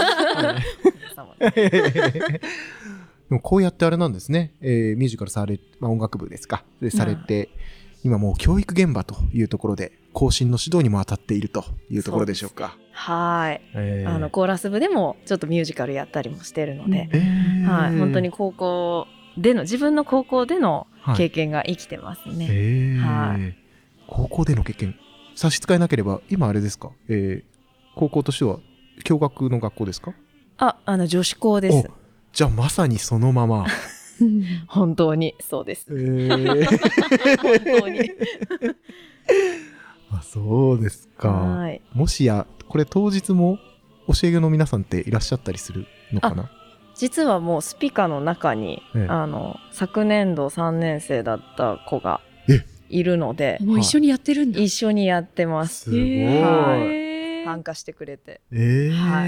でもこうやってあれなんですね。ミュージカルされ、音楽部ですか。でされて、今もう教育現場というところで後進の指導にも当たっているというところでしょうか。 はい。コーラス部でもちょっとミュージカルやったりもしてるので、はい、本当に高校での自分の高校での経験が生きてますね。はい。 高校での経験、差し支えなければ今あれですか、高校としては共学の学校ですか？ 女子校です。 じゃあまさにそのまま本当にそうです。 本当にそうですか。はい。もしやこれ当日も教え子の皆さんっていらっしゃったりするのかな？ 実はもうスピカの中に、昨年度3年生だった子がいるので、 もう一緒にやってるんだ。 一緒にやってます。 すごい。 参加してくれて。 はい。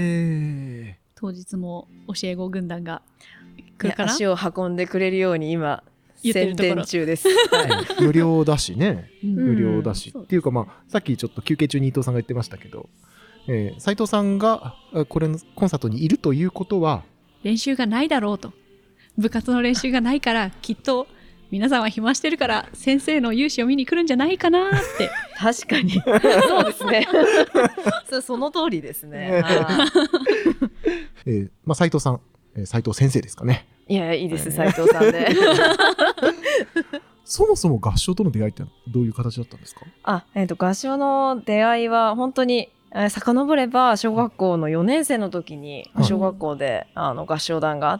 当日も教え子軍団が来るかな。 足を運んでくれるように今宣伝中です。 無料だしね。無料だし。っていうかさっきちょっと休憩中に伊藤さんが言ってましたけど、斉藤さんがこれのコンサートにいるということは練習がないだろうと。部活の練習がないからきっと皆さんは暇してるから先生の勇姿を見に来るんじゃないかなって。 確かにそうですね。その通りですね。 斉藤さん、斉藤先生ですかね。 いやいいです、斉藤さんで。 そもそも合唱との出会いってどういう形だったんですか？ 合唱の出会いは本当に遡れば小学校の4年生の時に小学校で合唱団があって、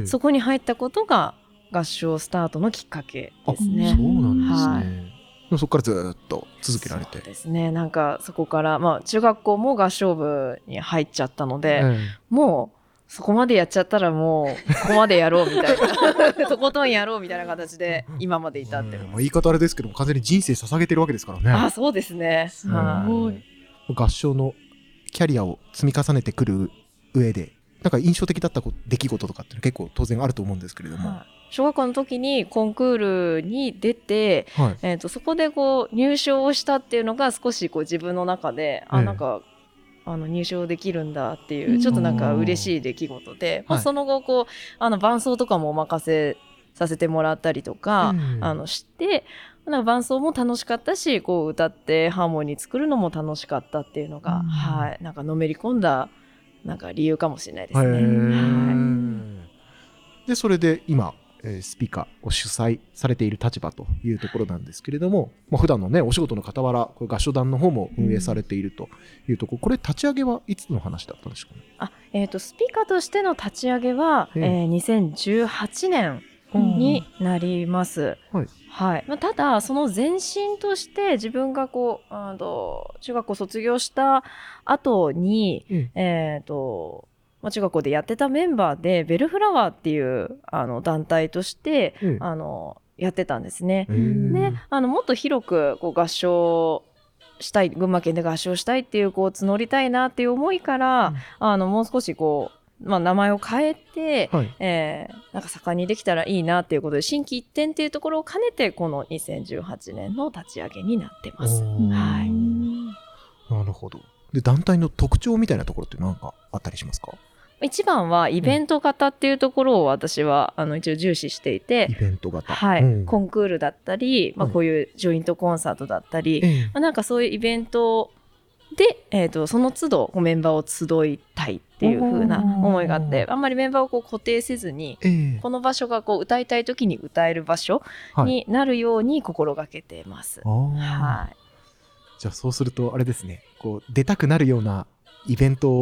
そこに入ったことが合唱スタートのきっかけですね。 そうなんですね。そこからずっと続けられて。 そうですね。なんかそこから中学校も合唱部に入っちゃったので、もうそこまでやっちゃったらもうここまでやろうみたいなとことんやろうみたいな形で今まで至ってます。 言い方あれですけども完全に人生捧げてるわけですからね。 そうですね。すごい。 合唱のキャリアを積み重ねてくる上でなんか印象的だった出来事とかって結構当然あると思うんですけれども、 小学校の時にコンクールに出て、そこで入賞をしたっていうのが少し自分の中でなんか入賞できるんだっていうちょっとなんか嬉しい出来事で、その後伴奏とかもお任せさせてもらったりとか、してなんか伴奏も楽しかったし歌ってハーモニー作るのも楽しかったっていうのが、なんかのめり込んだなんか理由かもしれないですね。 でそれで今スピカを主催されている立場というところなんですけれども、普段のねお仕事の傍らこれ合唱団の方も運営されているというところ、これ立ち上げはいつの話だったんでしょうかね？ スピカとしての立ち上げは、2018年になります。ただその前身として自分が中学校卒業した後に、中学校でやってたメンバーでベルフラワーっていう団体として、やってたんですね。でもっと広く合唱したい、群馬県で合唱したいっていう募りたいなっていう思いから、もう少し名前を変えて、なんか盛んにできたらいいなっていうことで心機一転っていうところを兼ねてこの2018年の立ち上げになってます。なるほど。で団体の特徴みたいなところって何かあったりしますか？ 一番はイベント型っていうところを私は一応重視していて、 イベント型、 コンクールだったり、こういうジョイントコンサートだったり、なんかそういうイベントで、その都度メンバーを集いたいっていう風な思いがあって、あんまりメンバーを固定せずに、この場所が歌いたい時に歌える場所になるように心がけてます。じゃあそうするとあれですね、出たくなるようなイベントを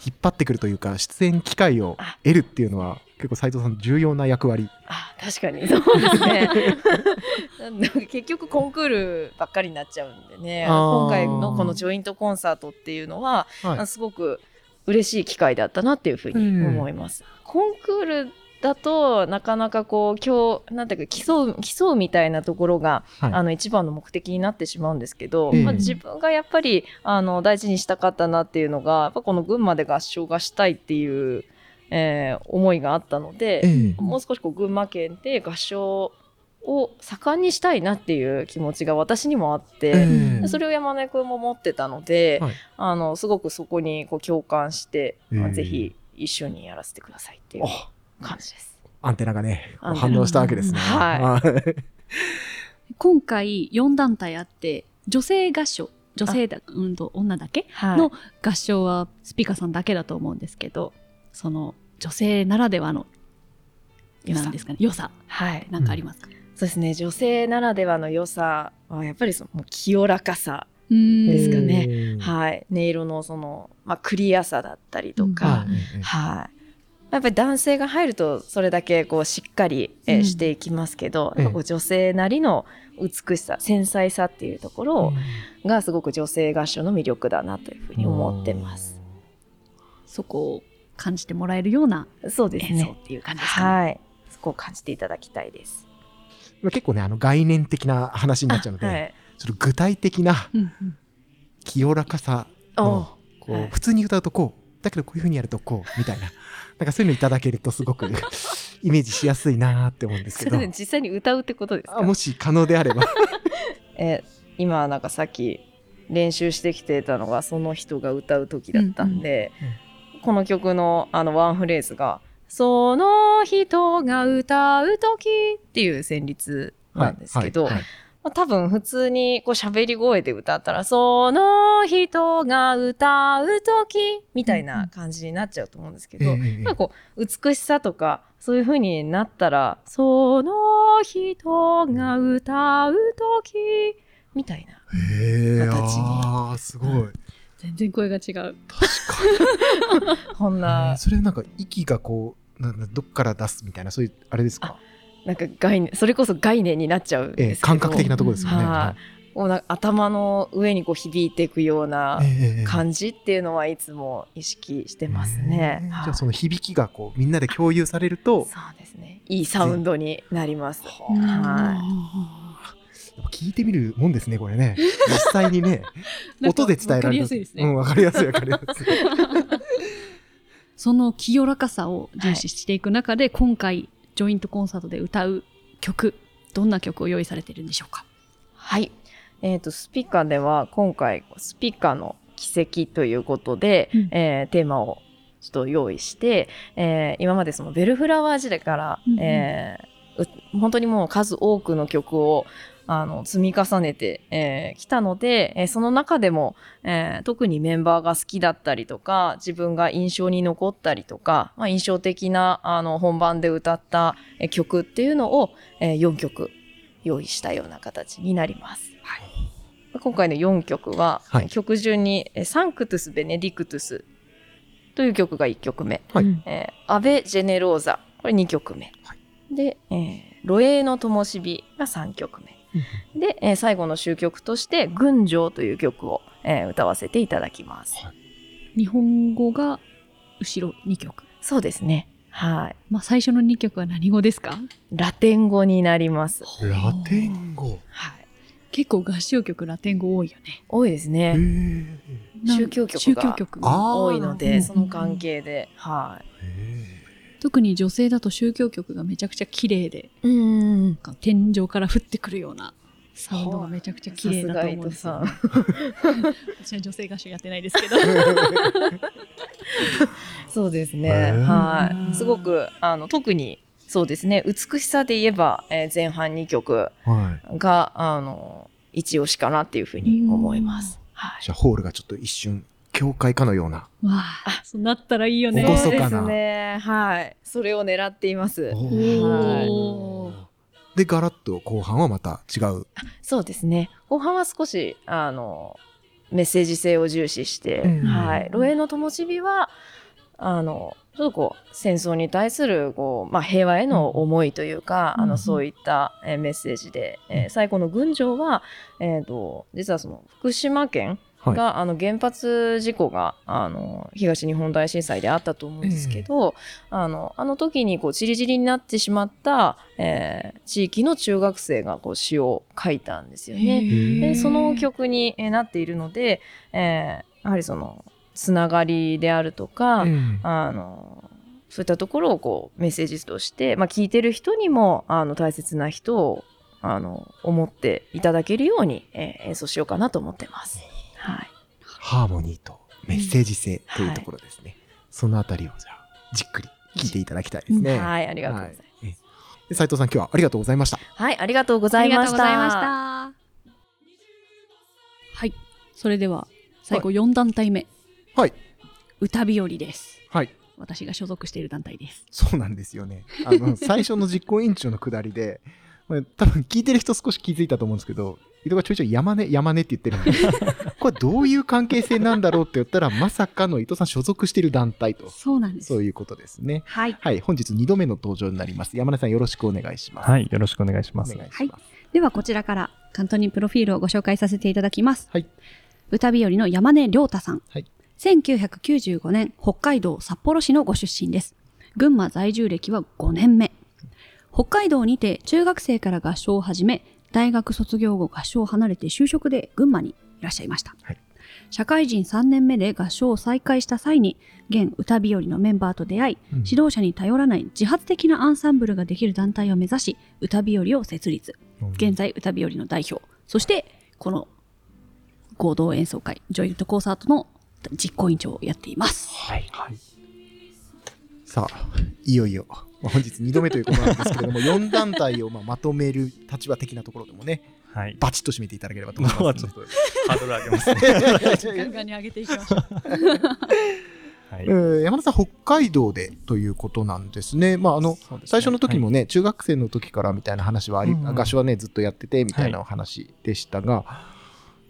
引っ張ってくるというか出演機会を得るっていうのは結構斉藤さん重要な役割。 確かにそうですね結局コンクールばっかりになっちゃうんでね、今回のこのジョイントコンサートっていうのは、すごく嬉しい機会だったなっていうふうに思います。コンクールだとなかなかこうなんていうか競うみたいなところが、一番の目的になってしまうんですけど、自分がやっぱり大事にしたかったなっていうのがやっぱこの群馬で合唱がしたいっていう思いがあったので、もう少しこう群馬県で合唱を盛んにしたいなっていう気持ちが私にもあって、それを山根君も持ってたので、すごくそこにこう共感して、ぜひ一緒にやらせてくださいっていう感じです。 アンテナがね反応したわけですね。 今回4団体あって女性合唱女だけの合唱はスピカさんだけだと思うんですけど、その女性ならではのなんですかね、良さ、なんかありますか？ そうですね、女性ならではの良さはやっぱりその清らかさですかね。音色のその、クリアさだったりとか、やっぱり男性が入るとそれだけこうしっかりしていきますけど、やっぱこう女性なりの美しさ、繊細さっていうところがすごく女性合唱の魅力だなというふうに思ってます。 そこを感じてもらえるような演奏っていう感じですかね。 そこを感じていただきたいです。 結構ね概念的な話になっちゃうので、ちょっと具体的な清らかさのこう普通に歌うとこうだけどこういう風にやるとこうみたいな、なんかそういうのいただけるとすごくイメージしやすいなって思うんですけど実際に歌うってことですか？ もし可能であれば今なんかさっき練習してきてたのがその人が歌う時だったんで、この曲のワンフレーズがその人が歌う時っていう旋律なんですけど、多分普通にこう喋り声で歌ったらその人が歌う時みたいな感じになっちゃうと思うんですけど、なんかこう美しさとかそういう風になったらその人が歌う時みたいな形に。 すごい。 全然声が違う。確かに。こんな。 それなんか息がこうどっから出すみたいなそういうあれですか？ なんかそれこそ概念になっちゃうんですけど、 感覚的なところですよね。 頭の上にこう響いていくような感じっていうのはいつも意識してますね。 じゃあその響きがこうみんなで共有されると、 そうですね、いいサウンドになります。 聞いてみるもんですねこれね。実際にね音で伝えられる。 わかりやすいですね。 わかりやすいわかりやすい。 その清らかさを重視していく中で、今回ジョイントコンサートで歌う曲、どんな曲を用意されているんでしょうか？ はい、スピカでは今回スピカの奇跡ということで、テーマをちょっと用意して、今までそのベルフラワー時代から、本当にもう数多くの曲を積み重ねてきたので、その中でも、特にメンバーが好きだったりとか自分が印象に残ったりとか、印象的な本番で歌った曲っていうのを、4曲用意したような形になります。今回の4曲は、曲順にサンクトゥス・ベネディクトゥスという曲が1曲目、アベ・ジェネローザこれ2曲目、で、ロエーノ・ともしびが3曲目で、最後の終曲として群青という曲を、歌わせていただきます。 日本語が後ろ2曲。 そうですね。はい。 最初の2曲は何語ですか？ ラテン語になります。 ラテン語。 はい。結構合唱曲ラテン語多いよね。 多いですね。宗教曲が多いので、その関係で、はい。 特に女性だと宗教曲がめちゃくちゃ綺麗で、天井から降ってくるようなサウンドがめちゃくちゃ綺麗だと思うんですよ。私は女性合唱やってないですけどそうですね、はい、すごく特にそうですね、美しさで言えば、前半2曲が、一押しかなっていうふうに思います。 じゃあホールがちょっと一瞬教会かのような。 そうなったらいいよね。 厳かな。 ですね。はい。それを狙っています。 でガラッと後半はまた違う。 そうですね。後半は少しメッセージ性を重視して、はい、ロエの灯火はちょっとこう戦争に対するこう、平和への思いというか、そういった、メッセージで、最後の群青は、実はその福島県が、原発事故が東日本大震災であったと思うんですけど、あの時にこうチリチリになってしまった、地域の中学生がこう詩を書いたんですよね。でその曲になっているので、やはりそのつながりであるとか、そういったところをこうメッセージとして、聞いてる人にも大切な人を思っていただけるように、演奏しようかなと思ってます。はい、 ハーモニーとメッセージ性というところですね。そのあたりをじゃあじっくり聞いていただきたいですね。 はい、ありがとうございます。 斉藤さん、今日はありがとうございました。 はい、ありがとうございました。 はい、それでは最後4団体目。 はい。 歌日和です。 はい。 私が所属している団体です。 そうなんですよね。最初の実行委員長のくだりで、多分聞いてる人少し気づいたと思うんですけど、伊藤がちょいちょい山根って言ってるんで、これどういう関係性なんだろうって言ったら、まさかの伊藤さん所属している団体と。 そうなんです。 そういうことですね。 はい。 はい。本日2度目の登場になります。山根さん、よろしくお願いします。 はい。よろしくお願いします。 はい。では、こちらからカントニープロフィールをご紹介させていただきます。 はい。 歌日和の山根亮太さん。 はい。 1995年、北海道札幌市のご出身です。群馬在住歴は5年目。北海道にて中学生から合唱を始め、大学卒業後合唱を離れて就職で群馬にいらっしゃいました。 はい、 社会人3年目で合唱を再開した際に、現歌日和のメンバーと出会い、指導者に頼らない自発的なアンサンブルができる団体を目指し、歌日和を設立。現在歌日和の代表、そしてこの合同演奏会、ジョイントコンサートの実行委員長をやっています。 はい。はい、さあ、いよいよ。本日2度目ということなんですけれども、4団体をまとめる立場的なところでもね、はい、バチッと締めていただければと思います。 ちょっとハードル上げますね。 ガンガンに上げていきましょう。 はい、山田さん、北海道でということなんですね。最初の時もね、はい、中学生の時からみたいな話はあり、合唱はねずっとやっててみたいなお話でしたが、はい、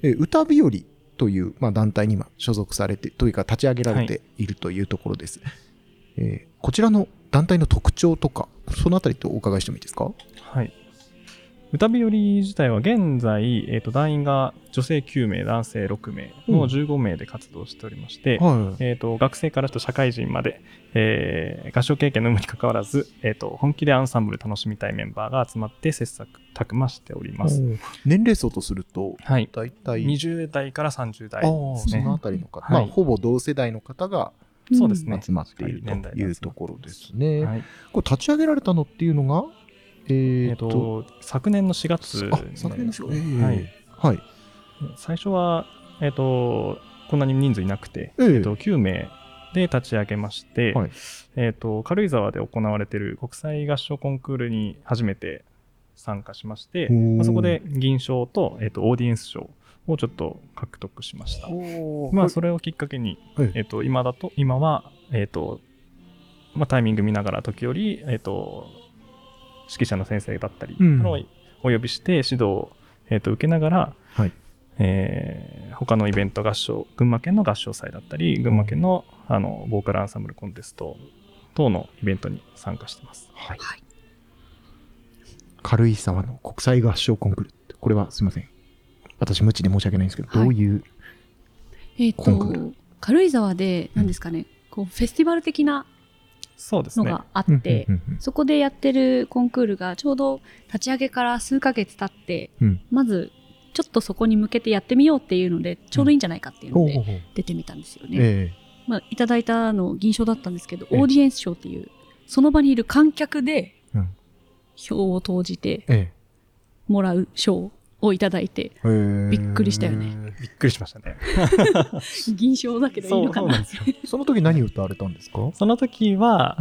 歌日和という、団体に今所属されてというか立ち上げられているというところです。はい、こちらの団体の特徴とかそのあたりとお伺いしてもいいですか？ はい。歌日和自体は現在、団員が女性9名、男性6名の15名で活動しておりまして、学生からと社会人まで、合唱経験の有無にかかわらず、本気でアンサンブル楽しみたいメンバーが集まって切磋琢磨しております。 年齢層とすると、 はい、 だいたい 20代から30代ですね。 そのあたりの方、はい、ほぼ同世代の方がそうですね、 集まっているというところですね。 はい、 これ立ち上げられたのっていうのが昨年の4月、 昨年の4月、 はいはい、 最初は、こんなに人数いなくて、9名で立ち上げまして、はい、軽井沢で行われている国際合唱コンクールに初めて参加しまして、そこで銀賞と、オーディエンス賞をちょっと獲得しました。それをきっかけに、今は、タイミング見ながら時折、指揮者の先生だったりをお呼びして指導を、受けながら、はい、他のイベント合唱、群馬県の合唱祭だったり、群馬県の、ボーカルアンサンブルコンテスト等のイベントに参加しています。 はいはい、軽井沢の国際合唱コンクールって、これはすみません、私無知で申し訳ないんですけど、どういうコンクール？ 軽井沢で何ですかね、こうフェスティバル的なのがあって、そこでやってるコンクールがちょうど立ち上げから数ヶ月経って、まずちょっとそこに向けてやってみようっていうのでちょうどいいんじゃないかっていうので出てみたんですよね。いただいたの銀賞だったんですけど、オーディエンス賞っていうその場にいる観客で票を投じてもらう賞をいただいて、びっくりしたよね。 びっくりしましたね。 銀賞だけどいいのかな。 その時何歌われたんですか？ その時は、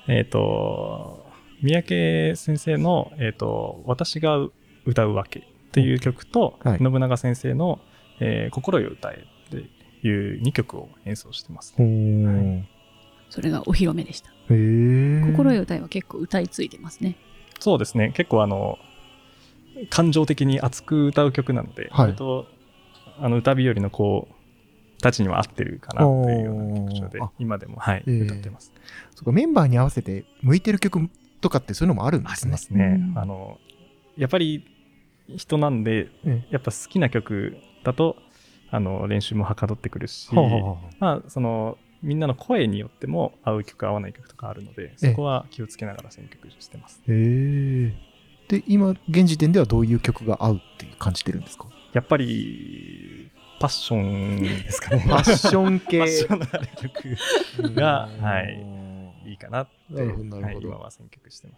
三宅先生の、私が歌うわけっていう曲と、信長先生の、心よ歌えっていう2曲を演奏してます。 それがお披露目でした。心よ歌えは結構歌い継いでますね。 そうですね。結構感情的に熱く歌う曲なので、 歌日和の子たちには合ってるかなっていうような曲調で今でも、はい、歌ってます。 そうか、メンバーに合わせて向いてる曲とかってそういうのもあるんですね。ありますね。やっぱり人なんで、やっぱ好きな曲だと練習もはかどってくるし、まあそのみんなの声によっても合う曲合わない曲とかあるので、そこは気をつけながら選曲してます。 で今現時点ではどういう曲が合うって感じてるんですか？ やっぱりパッションですかね。 パッション系パッションのある曲が、はい、いいかなって、はい、今は選曲してます。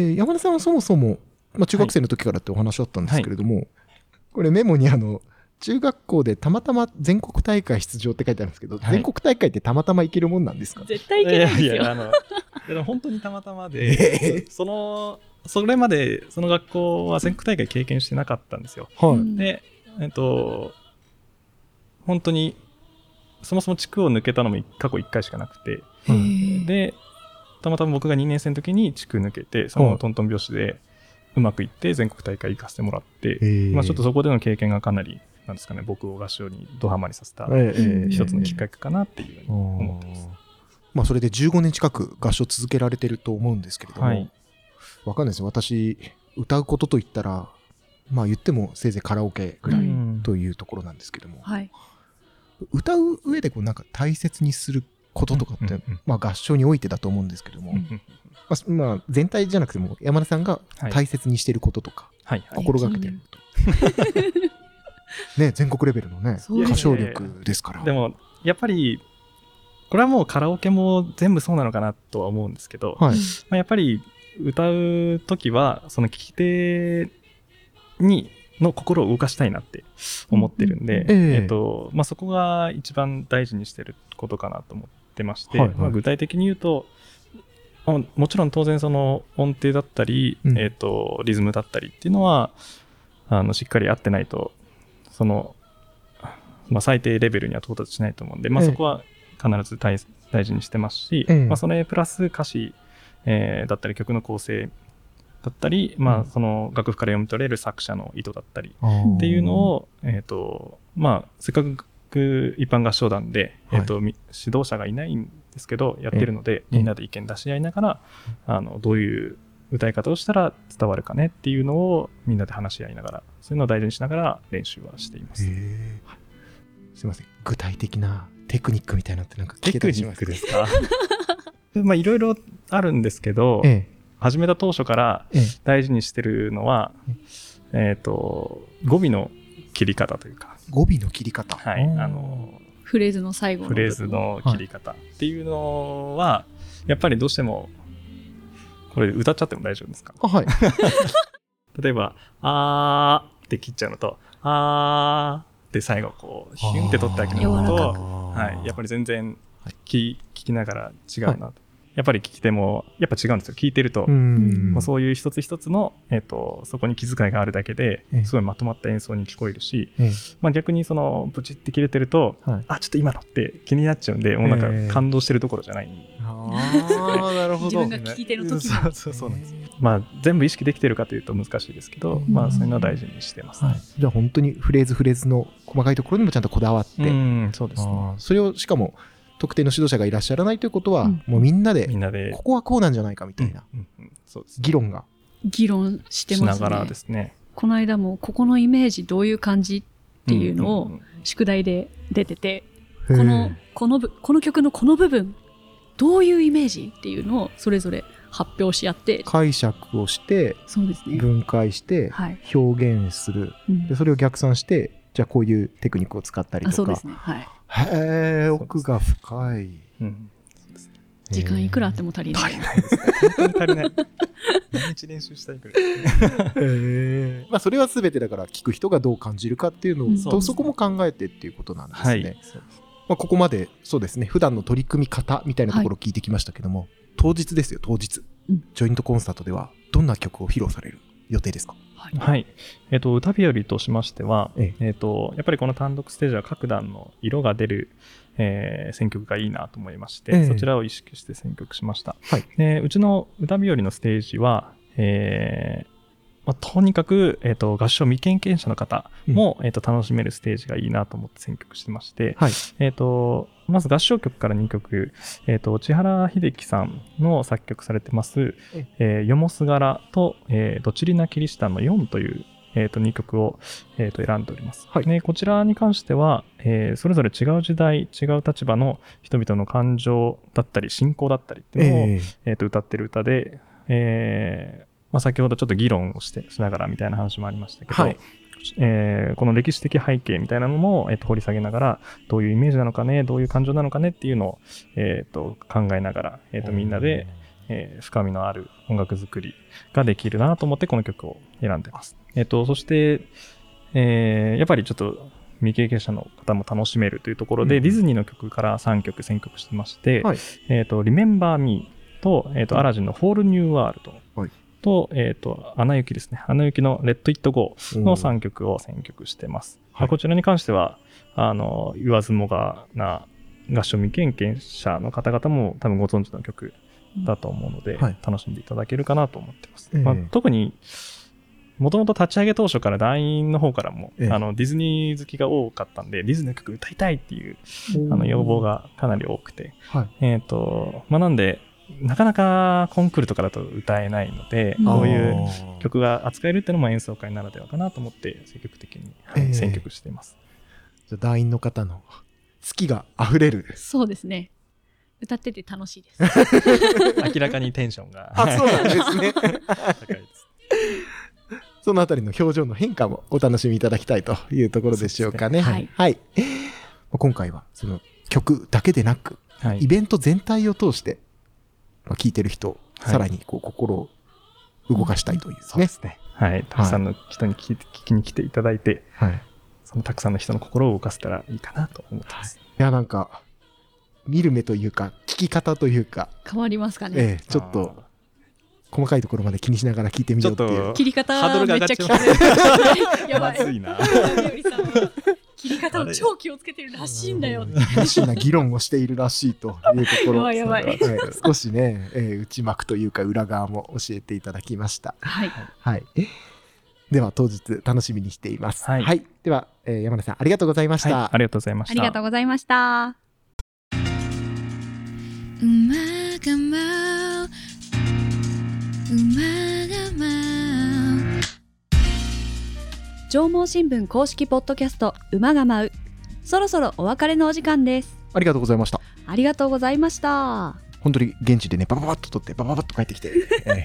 山田さんはそもそも、中学生の時からってお話あったんですけれども、これメモに中学校でたまたま全国大会出場って書いてあるんですけど、全国大会ってたまたま行けるもんなんですか？ 絶対行けないですよ。 でも本当にたまたまで、それまでその学校は全国大会経験してなかったんですよ。で、本当にそもそも地区を抜けたのも過去1回しかなくて、でたまたま僕が2年生の時に地区抜けて、そのトントン拍子でうまくいって全国大会行かせてもらって、ちょっとそこでの経験がかなりなんですかね、僕を合唱にドハマりさせた一つのきっかけかなっていうふうに思ってます。 それで15年近く合唱続けられてると思うんですけれども、わかんないですよ。私歌うことといったら言ってもせいぜいカラオケぐらいというところなんですけども、歌う上でなんか大切にすることとかって、合唱においてだと思うんですけども、全体じゃなくても山田さんが大切にしていることとか、心がけていることね、全国レベルのね歌唱力ですから。 でもやっぱりこれはもうカラオケも全部そうなのかなとは思うんですけど、やっぱり歌う時はその聴き手の心を動かしたいなって思ってるんで、そこが一番大事にしてることかなと思ってまして、具体的に言うと、もちろん当然その音程だったり、リズムだったりっていうのはしっかり合ってないとその、最低レベルには到達しないと思うんで、そこは必ず大事にしてますし、それプラス歌詞、だったり曲の構成だったり、その楽譜から読み取れる作者の意図だったりっていうのを、せっかく一般合唱団で、指導者がいないんですけどやってるので、みんなで意見出し合いながらどういう歌い方をしたら伝わるかねっていうのをみんなで話し合いながら、そういうのを大事にしながら練習はしています。 すいません、具体的なテクニックみたいなのってなんか聞けたりしますか？ テクニックですか？いろいろあるんですけど、始めた当初から大事にしてるのは、語尾の切り方というか。 語尾の切り方。 フレーズの最後のフレーズの切り方っていうのは、やっぱりどうしてもこれ歌っちゃっても大丈夫ですか？例えばあーって切っちゃうのと、あーって最後こうヒュンって取ってあげるのと、やっぱり全然聞きながら違うなと。やっぱり聞き手もやっぱ違うんですよ。聞いてるとそういう一つ一つの、そこに気遣いがあるだけですごいまとまった演奏に聞こえるし、逆にそのブチって切れてると、ちょっと今のって気になっちゃうんで、もうなんか感動してるところじゃない、 なるほど。 自分が聞き手の時もそうなんです。全部意識できてるかというと難しいですけど、そういうのは大事にしてます、ね。 じゃあ本当にフレーズの細かいところにもちゃんとこだわって、 そうですね。 それをしかも特定の指導者がいらっしゃらないということは、もうみんなでここはこうなんじゃないかみたいな議論してますね。 しながらですね。 この間もここのイメージどういう感じっていうのを宿題で出てて、この曲のこの部分どういうイメージっていうのをそれぞれ発表し合って解釈をして、分解して表現する、でそれを逆算してじゃあこういうテクニックを使ったりとか。 そうですね。 奥が深い。 時間いくらあっても足りない。 本当に足りない。毎日練習したいくらい。 それは全てだから聞く人がどう感じるかっていうのと、そこも考えてっていうことなんですね。ここまでそうですね、普段の取り組み方みたいなところを聞いてきましたけども、当日ですよ、当日。ジョイントコンサートではどんな曲を披露される予定ですか？ 歌日和としましては、やっぱりこの単独ステージは各段の色が出る、選曲がいいなと思いまして、そちらを意識して選曲しました。うちの歌日和のステージは、 とにかく、合唱未経験者の方も、楽しめるステージがいいなと思って選曲してまして、はい、まず合唱曲から2曲、千原秀樹さんの作曲されてます、よもすがらと、どちりなキリシタンの4という、2曲を、選んでおります。はい、でこちらに関しては、それぞれ違う時代、違う立場の人々の感情だったり、信仰だったりっていうのを、歌ってる歌で、先ほどちょっと議論をしながらみたいな話もありましたけど、はい、この歴史的背景みたいなのも、掘り下げながら、どういうイメージなのかね、どういう感情なのかねっていうのを、考えながら、みんなで、深みのある音楽作りができるなと思ってこの曲を選んでます。そして、やっぱりちょっと未経験者の方も楽しめるというところで、ディズニーの曲から3曲選曲してまして、はい、Remember Me と、アラジンの Whole New World、はい、と、アナ雪ですね。アナ雪の Let It Go の3曲を選曲してます。はい、こちらに関しては、言わずもがな合唱未経験者の方々も多分ご存知の曲だと思うので、はい、楽しんでいただけるかなと思ってます。特に、もともと立ち上げ当初から団員の方からも、ディズニー好きが多かったんで、ディズニーの曲歌いたいっていう要望がかなり多くて、はい、なんで、なかなかコンクールとかだと歌えないので、こういう曲が扱えるっていうのも演奏会ならではかなと思って積極的に、選曲しています。 じゃあ団員の方の好きがあふれる。 そうですね。歌ってて楽しいです。 明らかにテンションがそうなんですね。高いです。そのあたりの表情の変化もお楽しみいただきたいというところでしょうかね。はい。はい、今回はその曲だけでなく、はい、イベント全体を通して聴いてる人、さらにこう心を動かしたいというね。 そうですね。はい。たくさんの人に聞きに来ていただいて、はい、そのたくさんの人の心を動かせたらいいかなと思ってます。 いや、なんか、見る目というか、聞き方というか。 変わりますかね。 ちょっと、細かいところまで気にしながら聞いてみようっていう。 切り方ハードルが上がっちゃいます。やばい。まずいな。 切り方を超気をつけてるらしいんだよ。 熱心な議論をしているらしいというところ。 やばい。 少しね、内幕というか裏側も教えていただきました。 はい。 はい。では当日楽しみにしています。はい。では、山根さんありがとうございました。 ありがとうございました。 ありがとうございました。上毛新聞公式ポッドキャスト馬が舞う、そろそろお別れのお時間です。 ありがとうございました。 ありがとうございました。 本当に現地でねバババッと撮ってバババッと帰ってきて、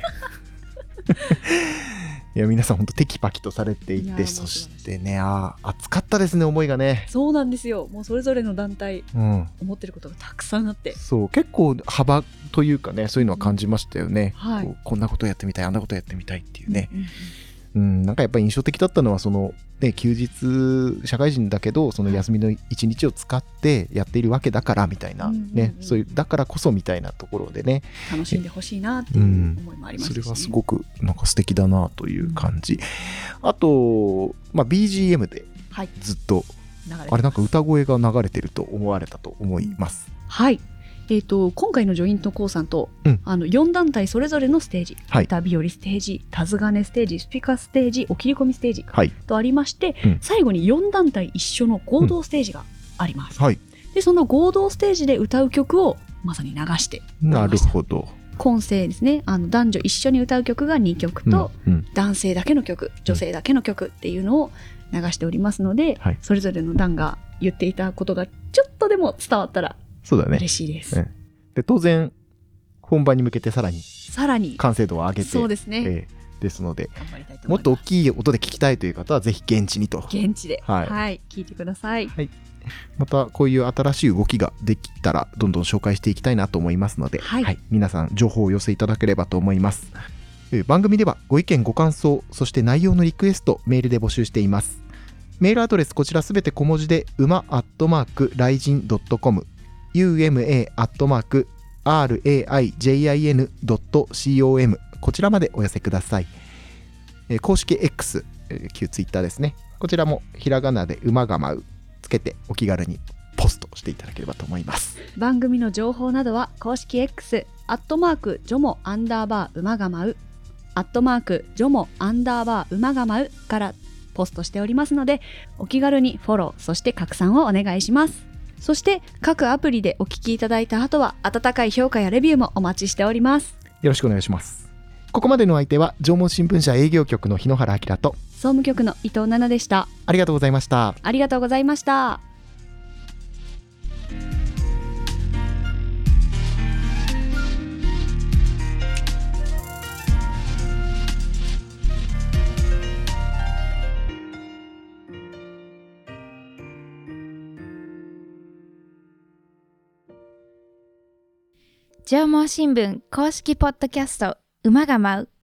いや皆さん本当テキパキとされていて、そしてね熱かったですね、思いがね。 そうなんですよ。もうそれぞれの団体、思ってることがたくさんあって、 そう結構幅というかね、そういうのは感じましたよね。はい、こんなことやってみたい、あんなことやってみたいっていうね。なんかやっぱり印象的だったのはその、ね、休日社会人だけどその休みの一日を使ってやっているわけだからみたいな、ね、そういうだからこそみたいなところでね、 楽しんでほしいなっていう思いもありますし、ね、 それはすごくなんか素敵だなという感じ。あと、BGM でずっと、あれなんか歌声が流れてると思われたと思います。 はい。今回のジョイントコーさんと、4団体それぞれのステージ、歌日和ステージ、田津金ステージ、スピカステージ、お切り込みステージとありまして、最後に4団体一緒の合同ステージがあります。でその合同ステージで歌う曲をまさに流しておりました。 なるほど。 混声ですね。男女一緒に歌う曲が2曲と、男性だけの曲、女性だけの曲っていうのを流しておりますので、それぞれの団が言っていたことがちょっとでも伝わったらそうだね。 嬉しいです。 で当然本番に向けてさらに完成度を上げて、 そうですね。 ですのでもっと大きい音で聞きたいという方はぜひ現地にと。 現地で、聞いてください。 またこういう新しい動きができたらどんどん紹介していきたいなと思いますので、皆さん情報をお寄せいただければと思います。番組ではご意見ご感想、そして内容のリクエストメールで募集しています。メールアドレスこちらすべて小文字でuma@raijin.com uma@raijin.com こちらまでお寄せください。公式 X、旧ツイッターですね。こちらもひらがなで馬が舞うつけてお気軽にポストしていただければと思います。 番組の情報などは公式 X ジョモ_馬が舞うジョモ_馬が舞うからポストしておりますので、お気軽にフォロー、そして拡散をお願いします。そして各アプリでお聞きいただいた後は温かい評価やレビューもお待ちしております。 よろしくお願いします。ここまでの相手は縄文新聞社営業局の日野原明と総務局の伊藤奈々でした。 ありがとうございました。 ありがとうございました。 縄文新聞公式ポッドキャスト馬が舞う。